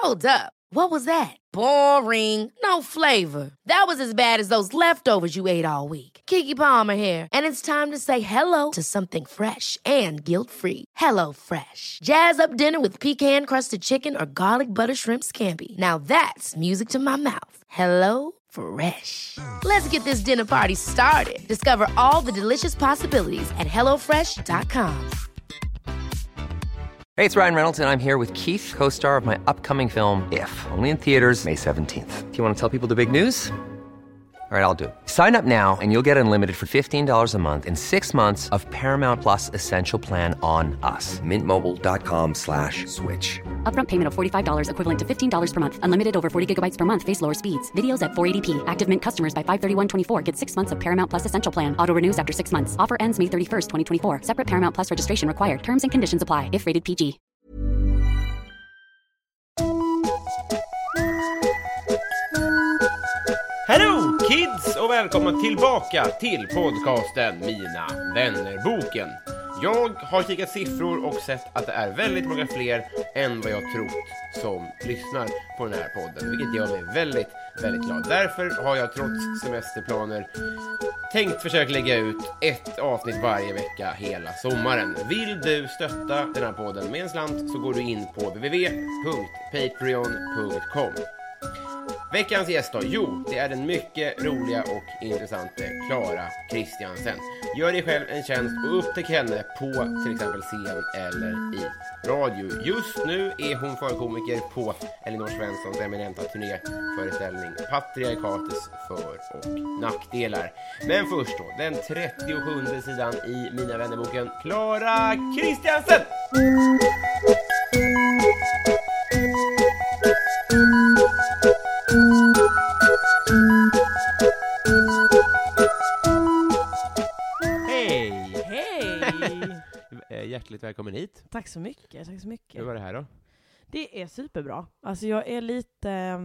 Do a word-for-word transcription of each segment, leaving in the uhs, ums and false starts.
Hold up. What was that? Boring. No flavor. That was as bad as those leftovers you ate all week. Keke Palmer here, and it's time to say hello to something fresh and guilt-free. Hello Fresh. Jazz up dinner with pecan-crusted chicken or garlic butter shrimp scampi. Now that's music to my mouth. Hello Fresh. Let's get this dinner party started. Discover all the delicious possibilities at hello fresh dot com. Hey, it's Ryan Reynolds, and I'm here with Keith, co-star of my upcoming film, If, only in theaters May seventeenth. Do you want to tell people the big news? All right, I'll do it. Sign up now and you'll get unlimited for fifteen dollars a month and six months of Paramount Plus Essential Plan on us. Mint Mobile dot com slash switch. Upfront payment of forty-five dollars equivalent to fifteen dollars per month. Unlimited over forty gigabytes per month. Face lower speeds. Videos at four eighty p. Active Mint customers by five thirty-one twenty-four get six months of Paramount Plus Essential Plan. Auto renews after six months. Offer ends May thirty-first, twenty twenty-four. Separate Paramount Plus registration required. Terms and conditions apply if rated P G. Hello kids och välkomna tillbaka till podcasten Mina vännerboken. Jag har kikat siffror och sett att det är väldigt många fler än vad jag trott som lyssnar på den här podden, vilket gör mig väldigt, väldigt glad. Därför har jag trots semesterplaner tänkt försöka lägga ut ett avsnitt varje vecka hela sommaren. Vill du stötta den här podden med en slant så går du in på w w w punkt patreon punkt com. Veckans gäst då? Jo, det är den mycket roliga och intressanta Clara Kristiansen. Gör dig själv en tjänst och upptäck henne på till exempel scen eller i radio. Just nu är hon förkomiker på Elinor Svenssons eminenta turnéföreställning Patriarkatets för- och nackdelar. Men först då, den trettiosjunde sidan i Mina vännerboken, Clara Kristiansen! Hjärtligt välkommen hit. Tack så mycket, tack så mycket. Hur var det här då? Det är superbra. Alltså jag är lite...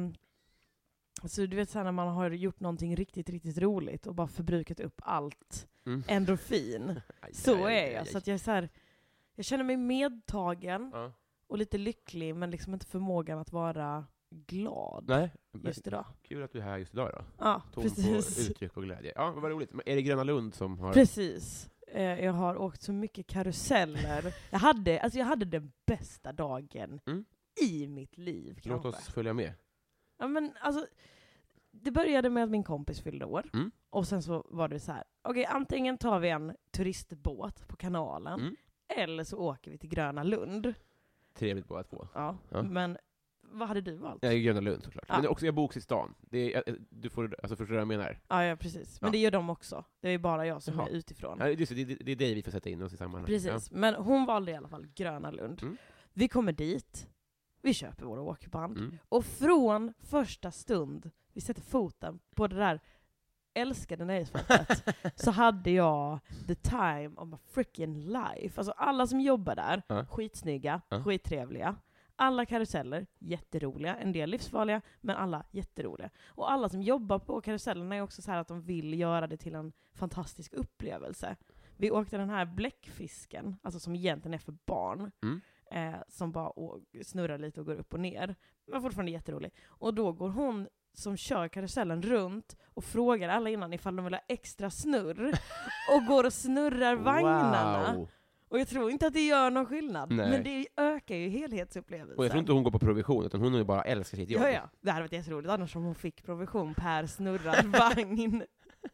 Alltså du vet så här när man har gjort någonting riktigt, riktigt roligt och bara förbrukat upp allt mm. endorfin. aj, så aj, är jag. Aj, aj. Så att jag är så här... Jag känner mig medtagen ja. och lite lycklig, men liksom inte förmågan att vara glad. Nej, just idag. Kul att du är här just idag då. Ja, Tom precis. På uttryck och glädje. Ja, vad roligt. Men är det Gröna Lund som har... Precis. Jag har åkt så mycket karuseller. Jag hade, alltså jag hade den bästa dagen mm. i mitt liv. Låt kanske. oss följa med. Ja, men alltså, det började med att min kompis fyllde år. Mm. Och sen så var det så här. Okej, okay, antingen tar vi en turistbåt på kanalen. Mm. Eller så åker vi till Gröna Lund. Trevligt båda två. Ja, ja, men vad hade du valt? Jag är Gröna Lund såklart. Ja. Men det är också jag boks i stan. Det är, du får, alltså förstår jag menar. Ja, ja, precis. Men ja. det gör de också. Det är bara jag som Jaha. är utifrån. Ja, just det, det, det är dig vi får sätta in oss i sammanhang. Precis. Ja. Men hon valde i alla fall Gröna Lund. Mm. Vi kommer dit. Vi köper våra åkband. Mm. Och från första stund vi sätter foten på det där älskade nöjesfältet så hade jag the time of my freaking life. Alltså alla som jobbar där, uh. skitsnygga, uh. skittrevliga. Alla karuseller, jätteroliga. En del livsfarliga, men alla jätteroliga. Och alla som jobbar på karusellerna är också så här att de vill göra det till en fantastisk upplevelse. Vi åkte den här bläckfisken, alltså som egentligen är för barn. Mm. Eh, som bara å- snurrar lite och går upp och ner. Men fortfarande jätterolig. Och då går hon som kör karusellen runt och frågar alla innan ifall de vill ha extra snurr. Och går och snurrar vagnarna. Wow. Och jag tror inte att det gör någon skillnad. Nej. Men det ökar ju helhetsupplevelsen. Och jag tror inte hon går på provision, utan hon bara älskar sitt jobb. Ja, ja. Det hade varit jätteroligt annars om hon fick provision per snurrad vagn.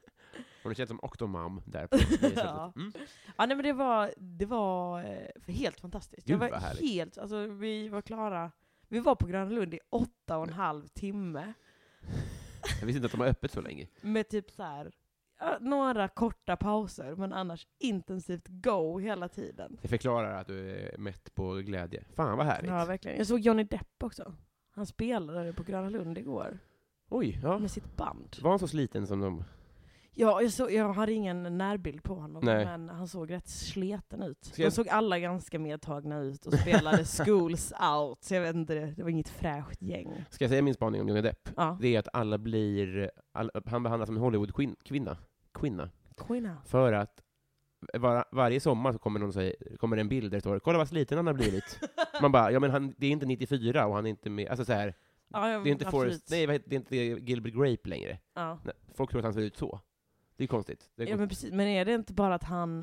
Hon känns som Octomom där på ja. Mm. ja, nej men det var, det var eh, helt fantastiskt. Gud, det var helt, alltså vi var klara. Vi var på Gröna Lund i åtta och en halv timme. Jag visste inte att de var öppet så länge. Med typ så här några korta pauser, men annars intensivt go hela tiden. Det förklarar att du är mätt på glädje. Fan vad härligt. Ja, verkligen. Jag såg Johnny Depp också. Han spelade på Gröna Lund igår. Oj, ja. Med sitt band. Var han så sliten som de... Ja, jag, så, jag hade ingen närbild på honom, Nej. men han såg rätt sleten ut. Så jag... De såg alla ganska medtagna ut och spelade Schools Out. Så jag vet inte, det var inget fräscht gäng. Ska jag säga min spaning om Johnny Depp? Ja. Det är att alla blir... Alla, han behandlas som en Hollywood-kvinna. Kvinna. Kvinna. För att var, varje sommar så kommer någon säga, kommer en bild där det står, kolla vad sliten han har blivit. Man bara, ja men han, det är inte nittiofyra och han är inte med, alltså så här, Ja, det är inte Forrest, nej, det är inte Gilbert Grape längre. Ja. Nej, folk tror att han ser ut så. Det är konstigt. Det är Ja, men precis. Men är det inte bara att han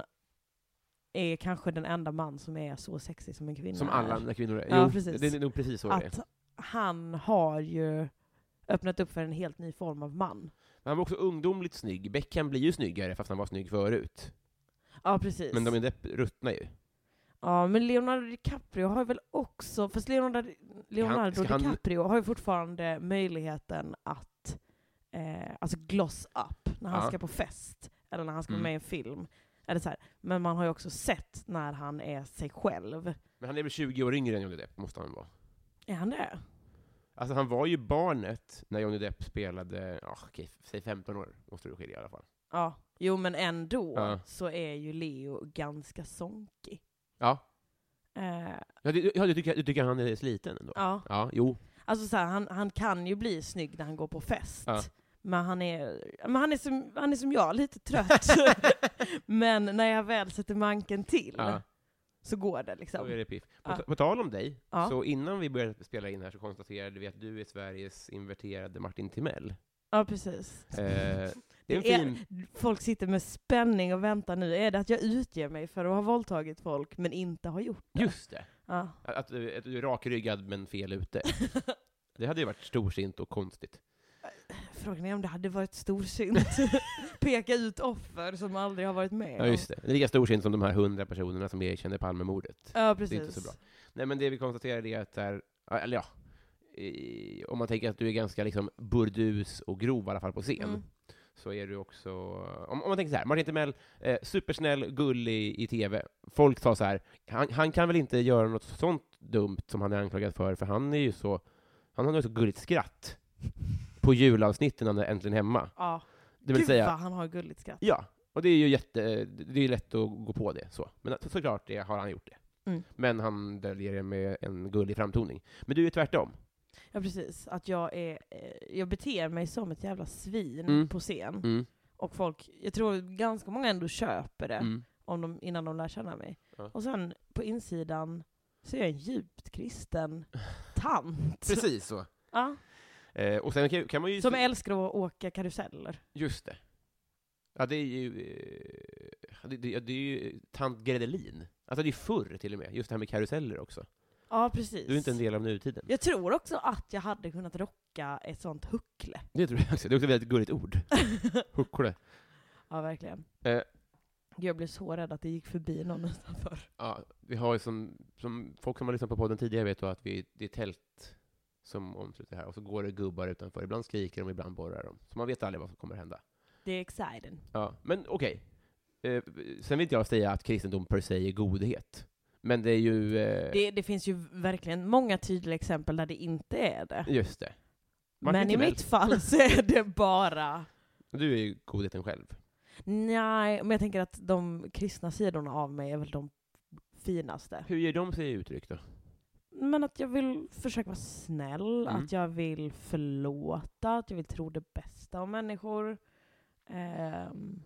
är kanske den enda man som är så sexig som en kvinna som alla andra kvinnor är? Ja, jo, precis. det är nog precis så det är. Att han har ju öppnat upp för en helt ny form av man. Men han var också ungdomligt snygg. Beckham blir ju snyggare fast han var snygg förut. Ja, precis. Men de är depp ruttna ju. Ja, men Leonardo DiCaprio har ju väl också, fast Leonardo, Leonardo han, DiCaprio han... har ju fortfarande möjligheten att eh, alltså gloss up när han ja. ska på fest eller när han ska mm. vara med i en film. Eller så här. Men man har ju också sett när han är sig själv. Men han är väl tjugo år yngre än Johnny Depp, måste han vara. Är han det? Alltså han var ju barnet när Johnny Depp spelade, ja, okej, säg femton år måste det ske i alla fall. Ja, jo men ändå ja. så är ju Leo ganska sonkig. Ja. Eh, Ja, du, ja, du, tycker, du tycker han är sliten ändå? ja. Ja, jo. Alltså så här, han, han kan ju bli snygg när han går på fest. Ja. Men han är, men han är, som, han är som jag, lite trött. Men när jag väl sätter manken till Ja. så går det liksom. Så är det piff. På, Ja. ta- på tal om dig, Ja. så innan vi började spela in här så konstaterade vi att du är Sveriges inverterade Martin Timell. Ja, precis. Eh, det är en Det är- fin... Folk sitter med spänning och väntar nu. Är det att jag utger mig för att ha våldtagit folk men inte har gjort det? Just det. Ja. Att, att, du- att du är rakryggad men fel ute. Det hade ju varit storsint och konstigt. Frågan är om det hade varit storsynt. Peka ut offer som aldrig har varit med. Ja, just det. Det är lika storsint som de här hundra personerna som erkände Palmemordet. Ja, Det är precis. inte så bra. Nej, men det vi konstaterade är att där, eller ja, i, om man tänker att du är ganska liksom burdus och grov i alla fall på scen, Mm. så är du också, om, om man tänker så här, Martin Timell, eh, supersnäll, gullig i tv. Folk sa så här, han, han kan väl inte göra något sånt dumt som han är anklagad för, för han är ju så, han har ju så gulligt skratt på julavsnitten när han är äntligen hemma. Ja. Det vill Gud säga, vad han har gulligt skratt. ja, och det är ju jätte, det är lätt att gå på det så. Men så, såklart det har han gjort det. Mm. Men han döljer det med en gullig framtoning. Men du är ju tvärtom. Ja, precis. Att jag är, eh, jag beter mig som ett jävla svin Mm. på scen. Mm. Och folk, jag tror ganska många ändå köper det Mm. om de, innan de lär känna mig. Ja. Och sen på insidan så är jag en djupt kristen tant. Precis så. Ja. Eh, och sen kan, kan man ju... Som älskar att åka karuseller. Just det. Ja, det är ju... Eh, det, det, det är ju tant Gredelin. Alltså det är förr till och med. Just det här med karuseller också. Ja, precis. Du är inte en del av nutiden. Jag tror också att jag hade kunnat rocka ett sånt huckle. Det tror jag också. Det är också ett väldigt gulligt ord. Huckle. Ja, verkligen. Eh, Jag blev så rädd att det gick förbi någon utanför. ja, vi har ju som, som... Folk som har lyssnat på podden tidigare vet då att vi, det är tält som omsluter här. Och så går det gubbar utanför. Ibland skriker de, ibland borrar de. Så man vet aldrig vad som kommer hända. Det är exciting. Ja, men okej. Eh, sen vill inte jag säga att kristendom per se är godhet. Men det är ju... Eh, Det, det finns ju verkligen många tydliga exempel där det inte är det. just det. Martin Men i Timell, mitt fall så är det bara... du är ju godheten själv. Nej, men jag tänker att de kristna sidorna av mig är väl de finaste. Hur ger de sig uttryck då? Men att jag vill försöka vara snäll, Mm. att jag vill förlåta, att jag vill tro det bästa om människor. Ehm,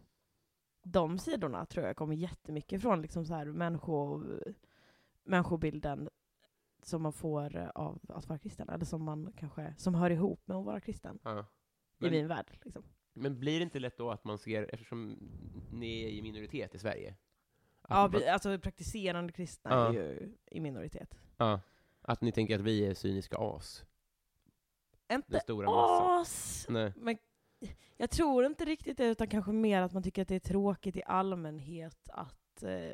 de sidorna tror jag kommer jättemycket från liksom så här människo, människobilden som man får av att vara kristen, eller som man kanske som hör ihop med att vara kristen Ja. i Men, min värld. Liksom. men blir det inte lätt då att man ser, eftersom ni är i minoritet i Sverige, att, Ja, man, vi- alltså praktiserande kristna Ja. är ju i minoritet. ja, att ni tänker att vi är cyniska as? Den Inte stora massan? as! Nej. Men jag tror inte riktigt det, utan kanske mer att man tycker att det är tråkigt i allmänhet att eh,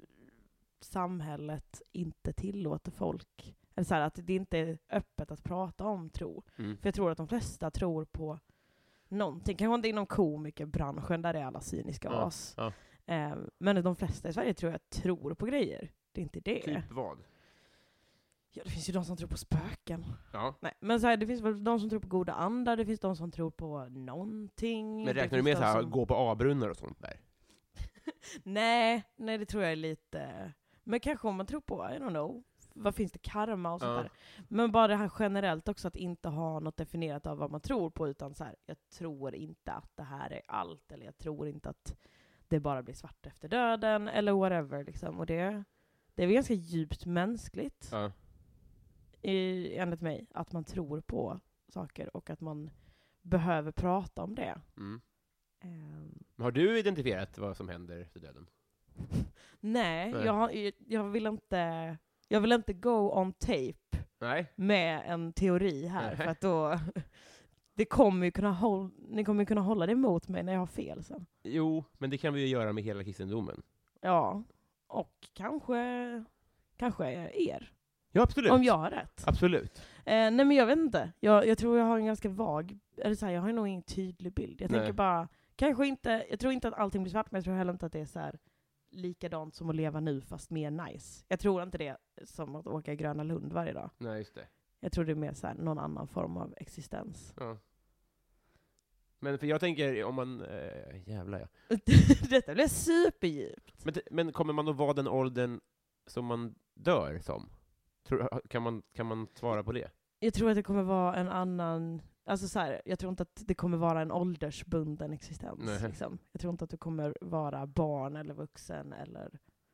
samhället inte tillåter folk, eller så här, att det inte är öppet att prata om tro. Mm. För jag tror att de flesta tror på någonting. Kanske inte inom komikerbranschen där det är alla cyniska Ja, as. ja. Eh, men de flesta i Sverige tror jag tror på grejer. Det är inte det. Typ vad? Ja, det finns ju de som tror på spöken. Ja. Nej, men så här, det finns väl de som tror på goda andar, det finns de som tror på någonting. Men det räknar du finns med de så här, som- gå på A-brunnar och sånt där? nej, nej, det tror jag är lite... Men kanske om man tror på, I don't know, vad finns det, karma och sånt Ja. där. Men bara det här generellt också, att inte ha något definierat av vad man tror på, utan så här, jag tror inte att det här är allt, eller jag tror inte att det bara blir svart efter döden eller whatever. Liksom. Och det, det är väl ganska djupt mänskligt, Ja. i, enligt mig, att man tror på saker och att man behöver prata om det. Mm. Um, Har du identifierat vad som händer efter döden? nej, Nej. Jag, jag vill inte jag vill inte go on tape Nej. med en teori här, Nej. för att då det kommer ju kunna hålla, ni kommer ju kunna hålla det emot mig när jag har fel sen. Jo, men det kan vi ju göra med hela kristendomen. Ja, och kanske kanske er. Ja, absolut. Om jag har rätt. Absolut. Eh, nej men jag vet inte. Jag, jag tror jag har en ganska vag, eller så här, jag har nog ingen tydlig bild. Jag Nej. tänker bara, kanske inte, jag tror inte att allting blir svart, men jag tror heller inte att det är så här likadant som att leva nu fast mer nice. Jag tror inte det är som att åka Gröna Lund varje dag. Nej, just det. Jag tror det är mer så här någon annan form av existens. Ja. Men för jag tänker, om man... Äh, jävlar ja. Detta blir superdjupt. Men, men kommer man att vara den åldern som man dör som? Tror, kan, man, kan man svara på det? Jag tror att det kommer vara en annan, alltså så här, jag tror inte att det kommer vara en åldersbunden existens. Liksom. Jag tror inte att du kommer vara barn eller vuxen eller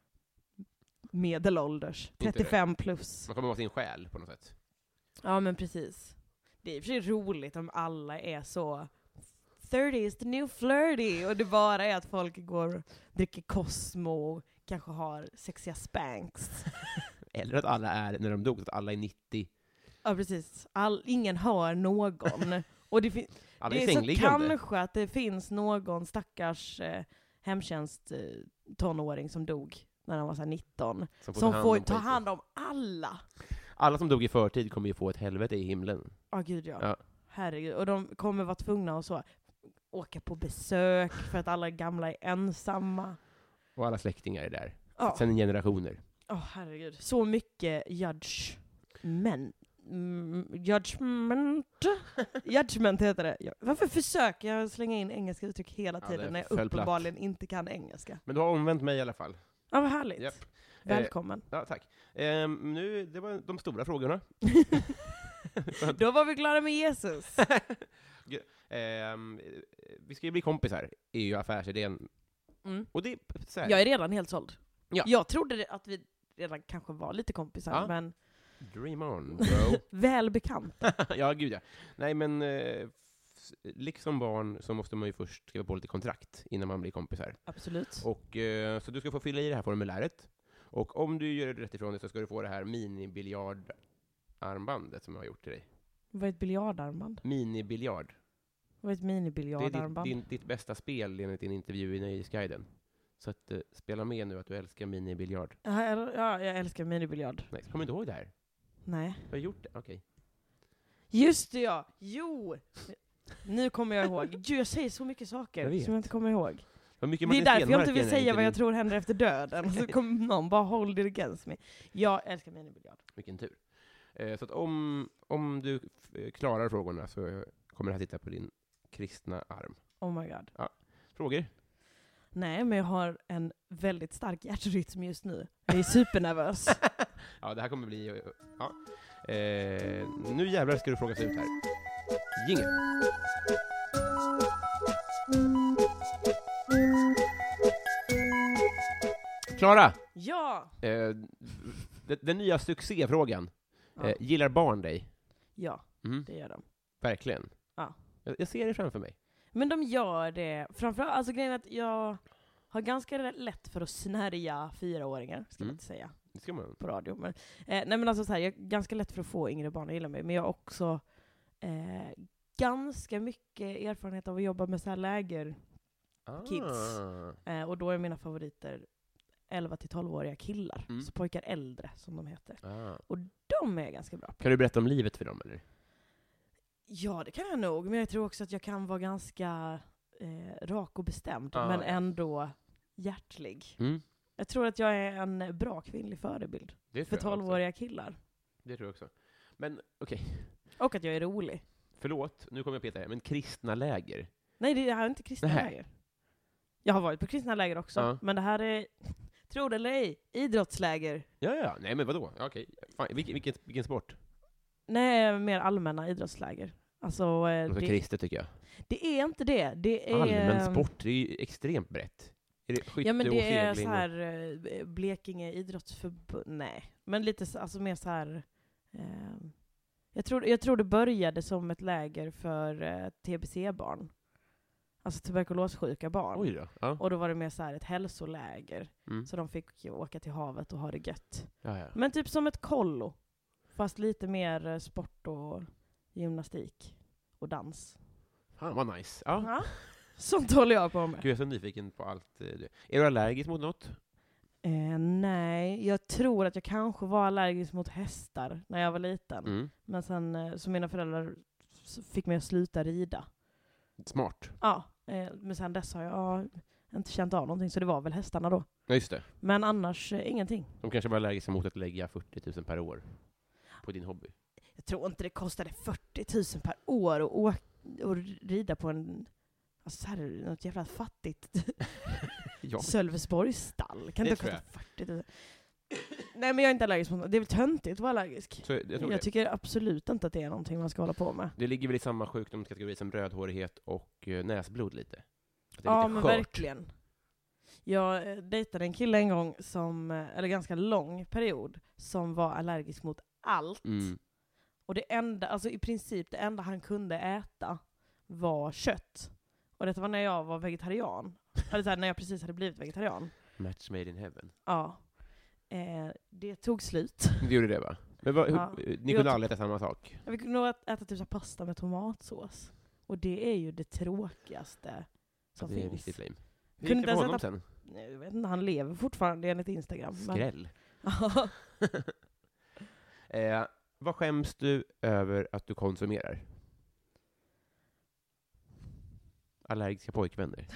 medelålders. trettiofem plus. Man kommer vara sin själ på något sätt. Ja, men precis. Det är i och för sig roligt om alla är så thirty is the new flirty och det bara är att folk går dricker Cosmo, kanske har sexiga spanks. Eller att alla är, när de dog, att alla är nittio. Ja, precis. All, ingen hör någon. Och det, fin- Alla det är är så sängliggande. kanske att det finns någon stackars eh, hemtjänst eh, tonåring som dog när han var så här nitton. Som får, Som ta, hand får om ta skiten. hand om alla. Alla som dog i förtid kommer ju få ett helvete i himlen. Ja, gud ja. Ja. Herregud. Och de kommer vara tvungna att så åka på besök för att alla gamla är ensamma. Och alla släktingar är där. Ja. Sen generationer. Åh, herregud. Så mycket judge. Men... Mm, judgment. Judgment heter det. Ja. Varför försöker jag slänga in engelska uttryck hela Ja, tiden det när jag föll uppenbarligen inte kan engelska? Men du har omvänt mig i alla fall. Ja, vad härligt. Japp. Välkommen. Eh, ja, tack. Eh, nu, det var de stora frågorna. Då var vi klara med Jesus. eh, vi ska ju bli kompisar, är ju affärsidén. Mm. Och det är så här. Jag är redan helt såld. Ja. Jag trodde det- att vi redan kanske var lite kompisar, Ja. men Dream on, bro. väl bekant. Ja, gud ja. Nej, men eh, f- liksom barn så måste man ju först skriva på lite kontrakt innan man blir kompisar. Absolut. Och, eh, så du ska få fylla i det här formuläret. Och om du gör rätt ifrån det så ska du få det här mini-biljardarmbandet som jag har gjort till dig. Vad är ett biljardarmband? Mini-biljard. Vad är ett Det är minibiljardarmband? ditt, din, ditt bästa spel enligt din intervju i Nöjesguiden. Så att, eh, spela med nu att du älskar mini-biljard. Ja, jag- ja, jag älskar minibiljard. Nej, kommer du inte ihåg det här? Nej. Du har gjort det? Okej. Just det, ja. Jo! Nu kommer jag ihåg. Gud, jag säger så mycket Jag saker vet. som jag inte kommer ihåg. Vad mycket Det är Martin därför jag Stenmarck inte i vill den här säga vad jag intervjun. tror händer efter döden. Så kommer någon bara hold it against me. Jag älskar minibiljard. Vilken tur. Eh, så att om, om du f- klarar frågorna så eh, kommer det här sitta på din kristna arm. Oh my god. Frågor? Nej, men jag har en väldigt stark hjärtrytm just nu. Jag är supernervös. Ja, det här kommer bli... Ja. Eh, nu jävlar ska du frågas ut här. Jingel. Klara! Ja! Eh, den, den nya succéfrågan. Ja. Eh, gillar barn dig? Ja, Mm, det gör de. verkligen. Ja. Jag, jag ser det framför mig. Men de gör det. Framförallt, alltså grejen är att jag har ganska lätt för att snärja fyraåringar, ska man Mm. inte säga Det ska man. på radio. Men, eh, nej men alltså så här, jag har ganska lätt för att få yngre barn att gilla mig, men jag har också eh, ganska mycket erfarenhet av att jobba med så här läger. Kids. Ah. Eh, och då är mina favoriter elva till tolv-åriga killar. Mm. Så pojkar äldre, som de heter. Ah. De är jag ganska bra på. Kan du berätta om livet för dem, eller? Ja, det kan jag nog. Men jag tror också att jag kan vara ganska eh, rak och bestämd, Ah, men ja. ändå hjärtlig. Mm. Jag tror att jag är en bra kvinnlig förebild Det för tror jag också. tolv-åriga killar. Det tror jag också. Men okej, Och att jag är rolig. förlåt, nu kommer jag peta här, men kristna läger. Nej, det här är inte kristna Nähä. läger. Jag har varit på kristna läger också, Ja. men det här är, tro det eller ej, idrottsläger. Ja, ja, nej men vadå? Ja, okej. Fan, vilken, vilken, vilken sport? Nej, mer allmänna idrottsläger. Alltså, eh, Alltså det, kristet tycker jag. det är inte det. Det är... Allmän sport, det är ju extremt brett. Är det skytte Ja, men och det är segling så och- här eh, Blekinge idrottsförbund. Nej, men lite så- alltså mer så här. Eh, jag tror jag tror det började som ett läger för eh, T B C-barn. Alltså tuberkulossjuka barn. Oj då. Ja. Och då var det mer så här ett hälsoläger. Mm. Så de fick ju åka till havet och ha det gött. Ja, ja. Men typ som ett kollo. Fast lite mer eh, sport och gymnastik. Och dans. Fan vad nice. Ja. Ja. Sånt håller jag på med. Gud, jag är så nyfiken på allt. eh, det. Är du allergisk mot något? Eh, nej, jag tror att jag kanske var allergisk mot hästar när jag var liten. Mm. Men sen eh, så mina föräldrar s- fick mig att sluta rida. Smart. Ja, eh, men sen dess har jag ja, inte känt av någonting, så det var väl hästarna då. Ja, just det. Men annars eh, ingenting. De kanske var allergiska mot att lägga fyrtio tusen per år på din hobby. Jag tror inte det kostade fyrtio tusen per år att åka och rida på en, alltså så här, något jävla fattigt Ja. Sölvesborgsstall. Kan Det inte tror kosta fyrtio tusen. Nej, men jag är inte allergisk mot något. Det är väl töntigt att vara allergisk. Så jag tror Jag det. tycker absolut inte att det är någonting man ska hålla på med. Det ligger väl i samma sjukdomskategori som rödhårighet och eh, näsblod lite. Att det är Ja, lite men skört. verkligen. Jag eh, dejtade en kille en gång, som, eh, eller ganska lång period, som var allergisk mot allt. Mm. Och det enda, alltså i princip det enda han kunde äta var kött. Och detta var när jag var vegetarian. Eller så här, när jag precis hade blivit vegetarian. Match made in heaven. Ja. Eh, det tog slut. Det gjorde det, va? Men vad, hur, Ja. ni Jag kunde ty- aldrig äta samma sak? Vi kunde nog ät- äta typ så här pasta med tomatsås. Och det är ju det tråkigaste som Det är finns. riktigt lame. Kunde Hur gick det inte för ens honom äta- sen? Nej, jag vet inte, han lever fortfarande enligt Instagram. men- Skräll. Ja. eh, vad skäms du över att du konsumerar? Allergiska pojkvänner.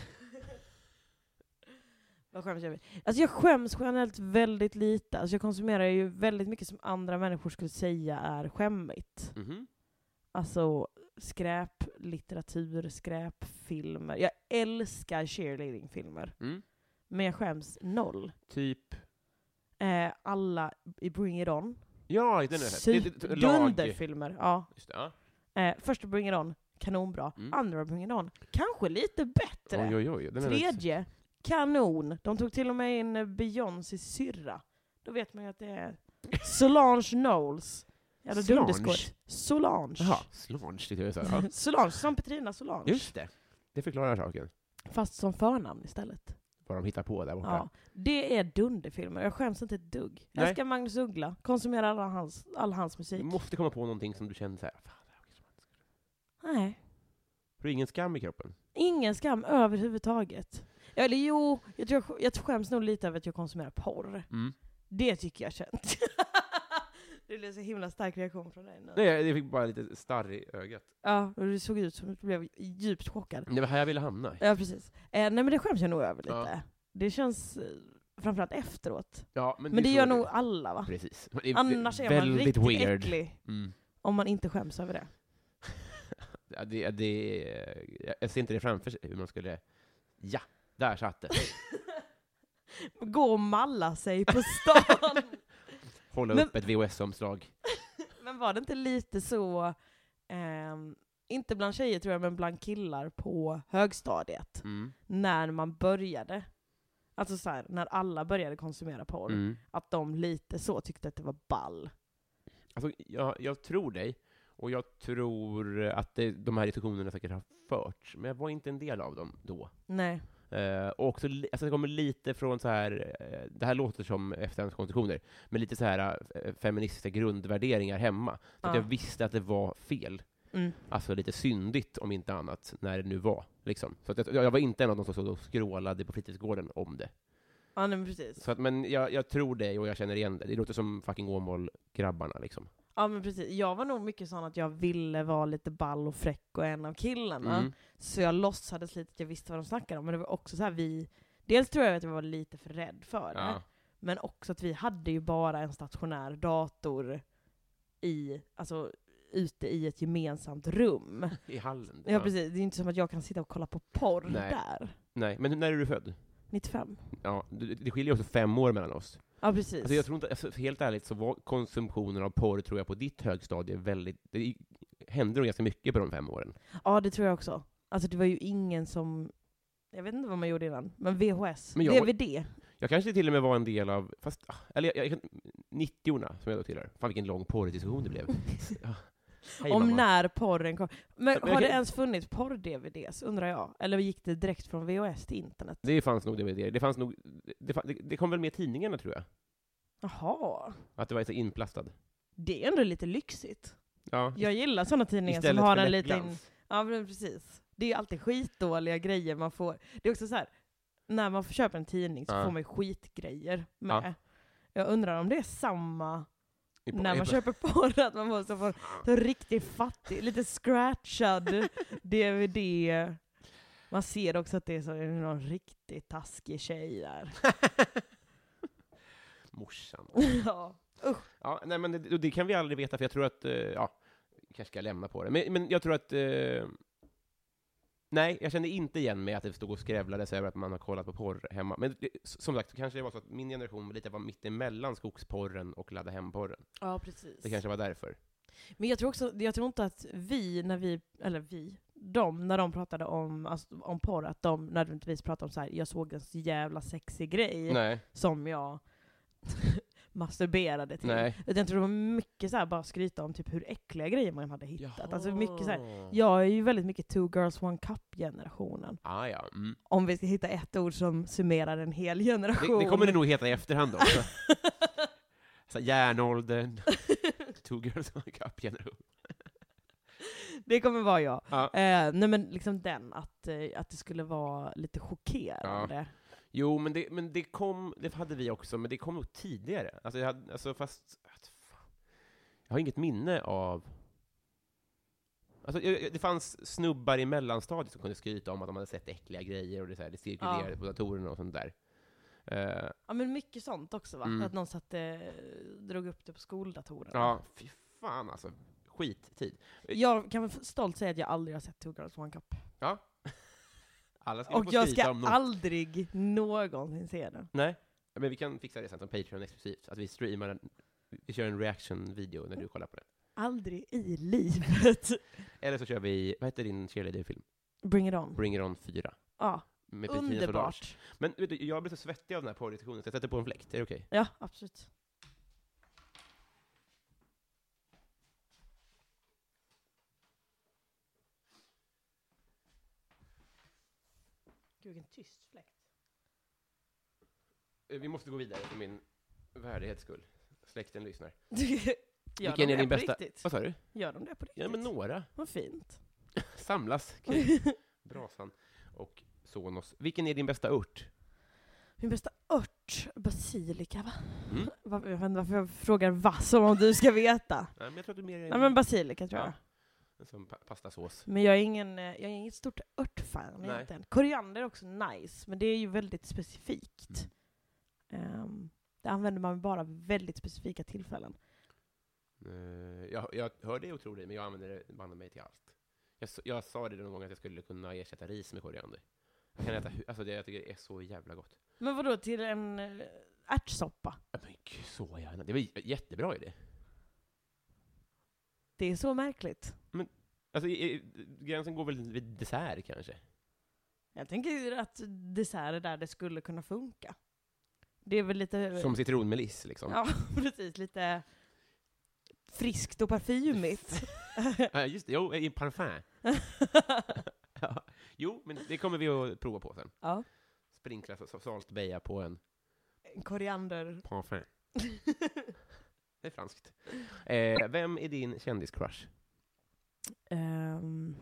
Vad skäms jag över? Alltså jag skäms generellt väldigt lite. Alltså jag konsumerar ju väldigt mycket som andra människor skulle säga är skämmigt. Mhm. Alltså skräplitteratur, skräpfilmer. Jag älskar cheerleading-filmer. Mm. Men jag skäms noll. Typ... Eh, alla i Bring It On. Ja, den är det. det, det lag. Dunderfilmer. Ja. Just det, ja. Eh, första Bring It On, kanonbra. Mm. Andra Bring It On, kanske lite bättre. Oj, oj, oj. Den är Tredje, kanon. De tog till och med in Beyoncés syrra. Då vet man ju att det är Solange Knowles. Jävla Solange? dunderskott. Solange. Jaha, Solange tyckte jag sa. Ja. Solange, som Petrina Solange. Just det. Det förklarar saken. Fast som förnamn istället. Vad de hittar på där borta. Ja. Det är dunderfilmer. Jag skäms inte ett dugg. Jag Nej. älskar Magnus Uggla. Konsumerar alla hans, all hans musik. Du måste komma på någonting som du känner så här. Fan, det här var så man- Nej. Har du ingen skam i kroppen? Ingen skam överhuvudtaget. Eller jo, jag tror jag, jag skäms nog lite över att jag konsumerar porr. Mm. Det tycker jag känt. Det blev så himla stark reaktion från dig nu. Nej, jag fick bara lite starr i ögat. Ja, och det såg ut som att du blev djupt chockad. Det var här jag ville hamna. Ja, precis. Eh, nej, men det skäms jag nog över lite. Ja. Det känns eh, framförallt efteråt. Ja, men Men det är gör så nog det- alla, va? Precis. Men det är Annars är man väldigt riktigt weird. äcklig Mm. om man inte skäms över det. Ja, det, det, jag ser inte det framför sig hur man skulle... Ja, där satt det. Gå och malla sig på stan. Hålla Men- upp ett V H S-omslag. Men var det inte lite så, ehm, inte bland tjejer tror jag, men bland killar på högstadiet, Mm. när man började, alltså så här, när alla började konsumera porr, Mm. att de lite så tyckte att det var ball. Alltså, jag, jag tror dig, och jag tror att det, de här diskussionerna säkert har förts, men jag var inte en del av dem då. Nej. Eh, och också, li- alltså det kommer lite från så här, eh, det här låter som efterhandskonstruktioner, men lite så här eh, feministiska grundvärderingar hemma. Så Ja. att jag visste att det var fel. Mm. Alltså lite syndigt, om inte annat, när det nu var. Liksom. Så att jag, jag var inte en av de som stod och skrålade på fritidsgården om det. Ja, nej, men precis. Så att, men jag, jag tror dig och jag känner igen det. Det låter som fucking Åmål-grabbarna liksom. Ja, men precis. Jag var nog mycket sån att jag ville vara lite ball och fräck och en av killarna. Mm. Så jag låtsades lite att jag visste vad de snackade om. Men det var också så här, vi... Dels tror jag att jag var lite för rädd för det. Ja. Men också att vi hade ju bara en stationär dator i, alltså, ute i ett gemensamt rum. I hallen. Ja, precis. Det är ju inte som att jag kan sitta och kolla på porr Nej. där. Nej, men när är du född? nittiofem. Ja, det, det skiljer också fem år mellan oss. Ja, precis. Alltså jag tror inte, alltså helt ärligt så var konsumtionen av porr, tror jag, på ditt högstadie väldigt, det hände nog ganska mycket på de fem åren. Ja, det tror jag också. Alltså det var ju ingen som jag vet inte vad man gjorde innan, men V H S, Men jag D var- V D. Jag kanske till och med var en del av, fast, ah, eller jag, jag, nittio-orna som jag då tillhör. Fan vilken lång porrdiskussion det blev. Ja. Hej, Om mamma. när porren kom. Men Men jag har det kan- ens funnits porr-D V Ds, undrar jag? Eller gick det direkt från V H S till internet? Det fanns nog D V D. Det fanns nog, det, fa- det, det kom väl med tidningarna tror jag. Jaha, Att det var så inplastad. det är ändå lite lyxigt. Ja. Jag gillar sådana tidningar som Istället har för en liten... läppglans. Ja, men precis. Det är ju alltid skitdåliga grejer man får. Det är också så här, när man får köpa en tidning så Ja. får man ju skitgrejer med. Ja. Jag undrar om det är samma I- när man i- köper porr, att man måste få så riktigt fattig, lite scratchad D V D. Man ser också att det är så någon riktigt taskig tjej där. Morsan. Ja. Ja, nej men det, det kan vi aldrig veta, för jag tror att, eh, ja, vi kanske ska lämna på det. Men, men jag tror att, eh, nej, jag kände inte igen mig att det stod och skrävlades över att man har kollat på porr hemma. Men det, som sagt, kanske det var så att min generation lite var mitt emellan skogsporren och ladda hem-porren. Ja, precis. Det kanske var därför. Men jag tror också, jag tror inte att vi, när vi, eller vi, de, när de pratade om, alltså, om porr, att de nödvändigtvis pratade om så här: jag såg en så jävla sexig grej Nej, som jag masturberade till. nej. Utan jag tror det var mycket så här, bara skryta om typ hur äckliga grejer man hade hittat. Alltså mycket så här, Jaha. jag är ju väldigt mycket two girls one cup-generationen. Ah, ja. Mm. Om vi ska hitta ett ord som summerar en hel generation. Det, det kommer det nog heta i efterhand också. Så här, järnåldern, two girls one cup generation. Det kommer vara jag. Ja. Eh, nej men liksom den, att, eh, att det skulle vara lite chockerande. Jo, men det, men det kom, det hade vi också, men det kom nog tidigare. Alltså, jag hade, alltså fast, att fan. Jag har inget minne av... Alltså, jag- jag- det fanns snubbar i mellanstadiet som kunde skryta om att de hade sett äckliga grejer, och det, så här, det cirkulerade Ja. på datorerna och sånt där. Eh, Ja, men mycket sånt också va? Mm. Att någon satte, drog upp det på skoldatorerna. ja, fy fan alltså. Skittid. Jag kan väl stolt säga att jag aldrig har sett Two Girls One Cup. Ja. Alla ska Och få jag skryta ska om något. aldrig någonsin se den. Nej, men vi kan fixa det sen som Patreon exklusivt. Att vi streamar en, vi kör en reaction-video när du kollar på det. Aldrig i livet. Eller så kör vi, vad heter din cheerleader-film? Bring it on. Bring It On fyra. Ja, Med Petrina Solange. underbart. Men vet du, jag blir så svettig av den här porrdiskussionen, så jag sätter på en fläkt. Är det okej? Ja, absolut. Gud, vilken tyst fläkt. Eh, Vi måste gå vidare för min värdighets skull. Släkten lyssnar. Gör Vilken de är det din på bästa? riktigt? Vad sa du? Gör de det på riktigt? Ja, men några. Vad fint. Samlas kring brasan och Sonos. Vilken är din bästa ört? Min bästa ört, basilika va? Mm. Var, jag vet inte varför jag frågar vad som om du ska veta. Nej, men jag tror att du är mer... Nej men basilika tror Ja. jag. Som pa pastasås. Men jag är ingen, eh, jag är inget stort örtfan Nej. egentligen. Koriander är också nice, men det är ju väldigt specifikt. Ehm, det använder man bara vid väldigt specifika tillfällen. Eh, jag, jag hör det och tror det, men jag använder det banne mig till allt. Jag, s- jag sa det någon gång att jag skulle kunna ersätta ris med koriander. Jag kan äta, hu- alltså det, jag tycker det är så jävla gott. Men vadå, till en eh, ärtsoppa? Ja, men gud, så gärna. Det var j- jättebra idé. Det är så märkligt. Alltså, i, i, gränsen går väl vid dessert kanske? Jag tänker att dessert är där det skulle kunna funka. Det är väl lite... Som citronmeliss liksom. Ja, precis. Lite friskt och parfymigt. Ja, just det. Jo, i parfum. Ja. Jo, men det kommer vi att prova på sen. Ja. Sprinkla så- så- saltbeja på en En koriander. parfum. Det är franskt. Eh, vem är din kändiscrush? Ehm.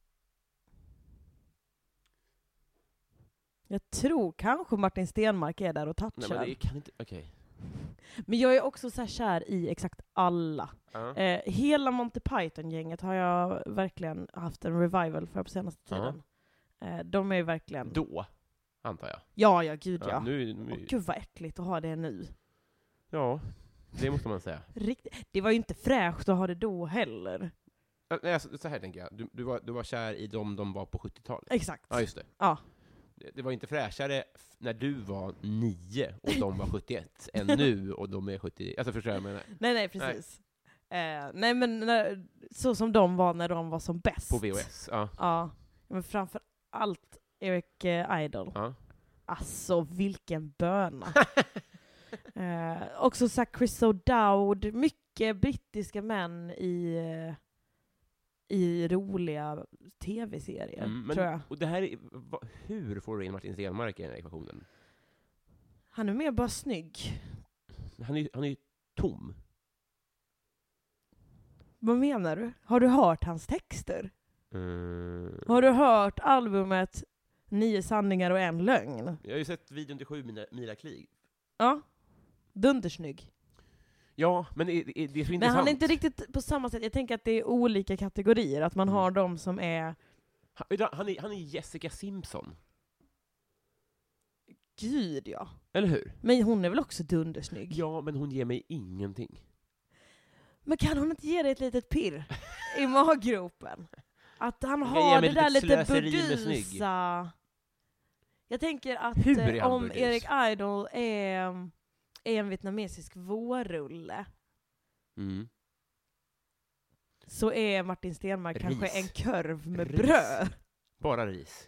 Jag tror kanske Martin Stenmark är där och Nej, touchar. men det kan inte... Okej. Men jag är också så här kär i exakt alla. Ja. Eh, hela Monty Python-gänget har jag verkligen haft en revival för på senaste Ja. tiden. Eh, de är ju verkligen... Då, antar jag. Ja, ja, gud ja. Ja, nu, nu, Åh, gud vad äckligt att ha det nu. ja, det måste man säga. Rikt... Det var ju inte fräscht att ha det då heller. Ja, nej, alltså, så här tänker jag. Du, du, var, du var kär i dem de var på sjuttiotalet. Exakt. Ja, just det. Ja. Det, det var inte fräschare f- när du var nio och de var sjuttioett än nu och de är sjuttio. Alltså förstår jag vad jag menar? Nej, nej, precis. Nej, eh, nej men när, så som de var när de var som bäst. På V H S. Ja. Ja, men framför allt Eric eh, Idle. Ja. Alltså, vilken böna. eh, också så Chris O'Dowd. Mycket brittiska män i, eh, i roliga tv-serier, Mm, men, tror jag. Och det här är, va, hur får du in Martin Stenmarck i den här ekvationen? Han är mer bara snygg. Han är, han är ju tom. Vad menar du? Har du hört hans texter? Mm. Har du hört albumet Nio sanningar och en lögn? Jag har ju sett videon till sju mila, mila krig. Ja. Dundersnygg. Ja, men det, det, det är så intressant. Men han är inte riktigt på samma sätt. Jag tänker att det är olika kategorier. Att man Mm. har de som är... Han, han, är, han är Jessica Simpson. Gud, ja. Eller hur? Men hon är väl också dundersnygg? Ja, men hon ger mig ingenting. Men kan hon inte ge dig ett litet pirr i maggropen? Att han kan ge har mig det där lite lite slöseri med snygg. burdusa... Jag tänker att Hur är eh, han om burdus? Eric Idle är, är en vietnamesisk vårrulle, Mm. så är Martin Stenmarck Ris. kanske en kurv med Ris. bröd. Bara ris.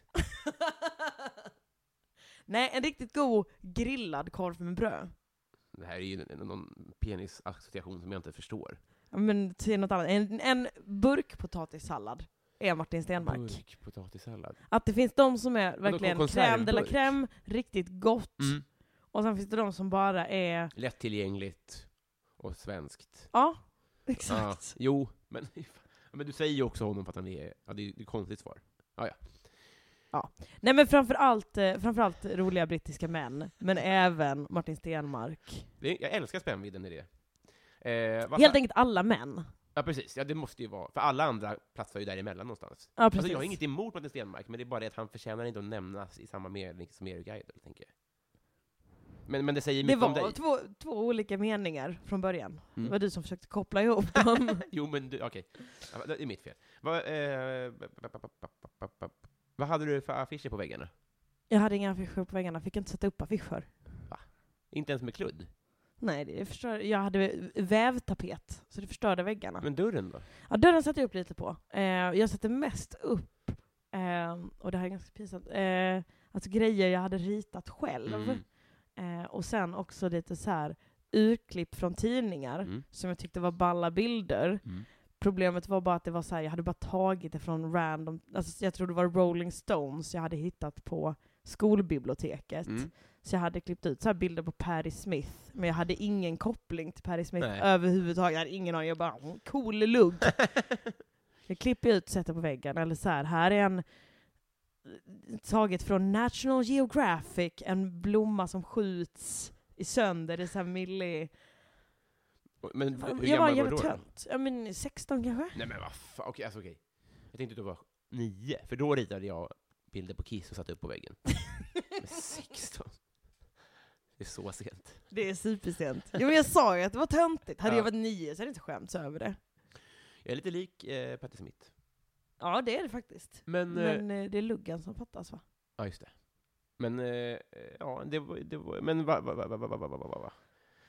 Nej, en riktigt god grillad korv med bröd. Det här är ju en- någon penisassociation som jag inte förstår. Ja, men till något annat. En, en burkpotatissallad är Martin Stenmarck. Burk potatissallad. Att det finns de som är verkligen crème de la konservburk? crème, riktigt gott. Mm. Och sen finns det de som bara är... Lättillgängligt och svenskt. Ja, Ja, exakt. jo, men, men du säger ju också honom för att han är... Ja, det är det är ett konstigt svar. Ja, ja. Nej, men framförallt, eh, framförallt roliga brittiska män. Men även Martin Stenmarck. Det är, jag älskar spännvidden i det. Eh, vad Helt fan- enkelt alla män. Ja, precis. Ja, det måste ju vara. För alla andra platsar ju däremellan någonstans. Ja, precis. Alltså, jag har inget emot Martin Stenmarck, men det är bara det att han förtjänar inte att nämnas i samma mening som Eric Idle, tänker jag. Men, men det säger Det mycket om var dig. två, två olika meningar från början. Mm. Det var du som försökte koppla ihop dem. Jo, men du, okej. Ja, det är mitt fel. Vad, eh, ba- ba- ba- ba- ba- ba- ba- vad hade du för affischer på väggarna? Jag hade inga affischer på väggarna, fick inte sätta upp affischer. Inte ens med kludd? Nej, det förstör, jag hade vävtapet, så det förstörde väggarna. Men dörren då? Ja, dörren satte jag upp lite på. Eh, jag satte mest upp, eh, och det här är ganska pinsamt, eh, alltså grejer jag hade ritat själv. Mm. Eh, och sen också lite så här urklipp från tidningar Mm. som jag tyckte var balla bilder. Mm. Problemet var bara att det var så här, jag hade bara tagit det från random, alltså jag tror det var Rolling Stones jag hade hittat på skolbiblioteket. Mm. Så jag hade klippt ut så här bilder på Patti Smith, men jag hade ingen koppling till Patti Smith Nej. överhuvudtaget. Jag hade ingen aning, jag bara, "Mm, cool lugg." Jag klipper ut, sätter på väggen, eller så här, här är en taget från National Geographic, en blomma som skjuts i sönder, det är så här milli... Men Fan, hur jag var gammal var jävla du då? tönt. Ja, men sexton kanske? Nej men vad fan, okej, alltså okej. Jag tänkte att du var nio, för då ritade jag bilder på Kiss och satte upp på väggen. Men sexton. Det är så sent. Det är supersent. Ja, men jag sa ju att det var töntigt. Hade Ja. jag varit nio så hade jag inte skämts över det. Jag är lite lik eh, Patti Smith. Ja, det är det faktiskt. Men, eh, Men eh, det är luggan som fattas, va? ja just det. Men, eh, ja, det var, det var, men va, va, va, va, va, va, va, va, va, va.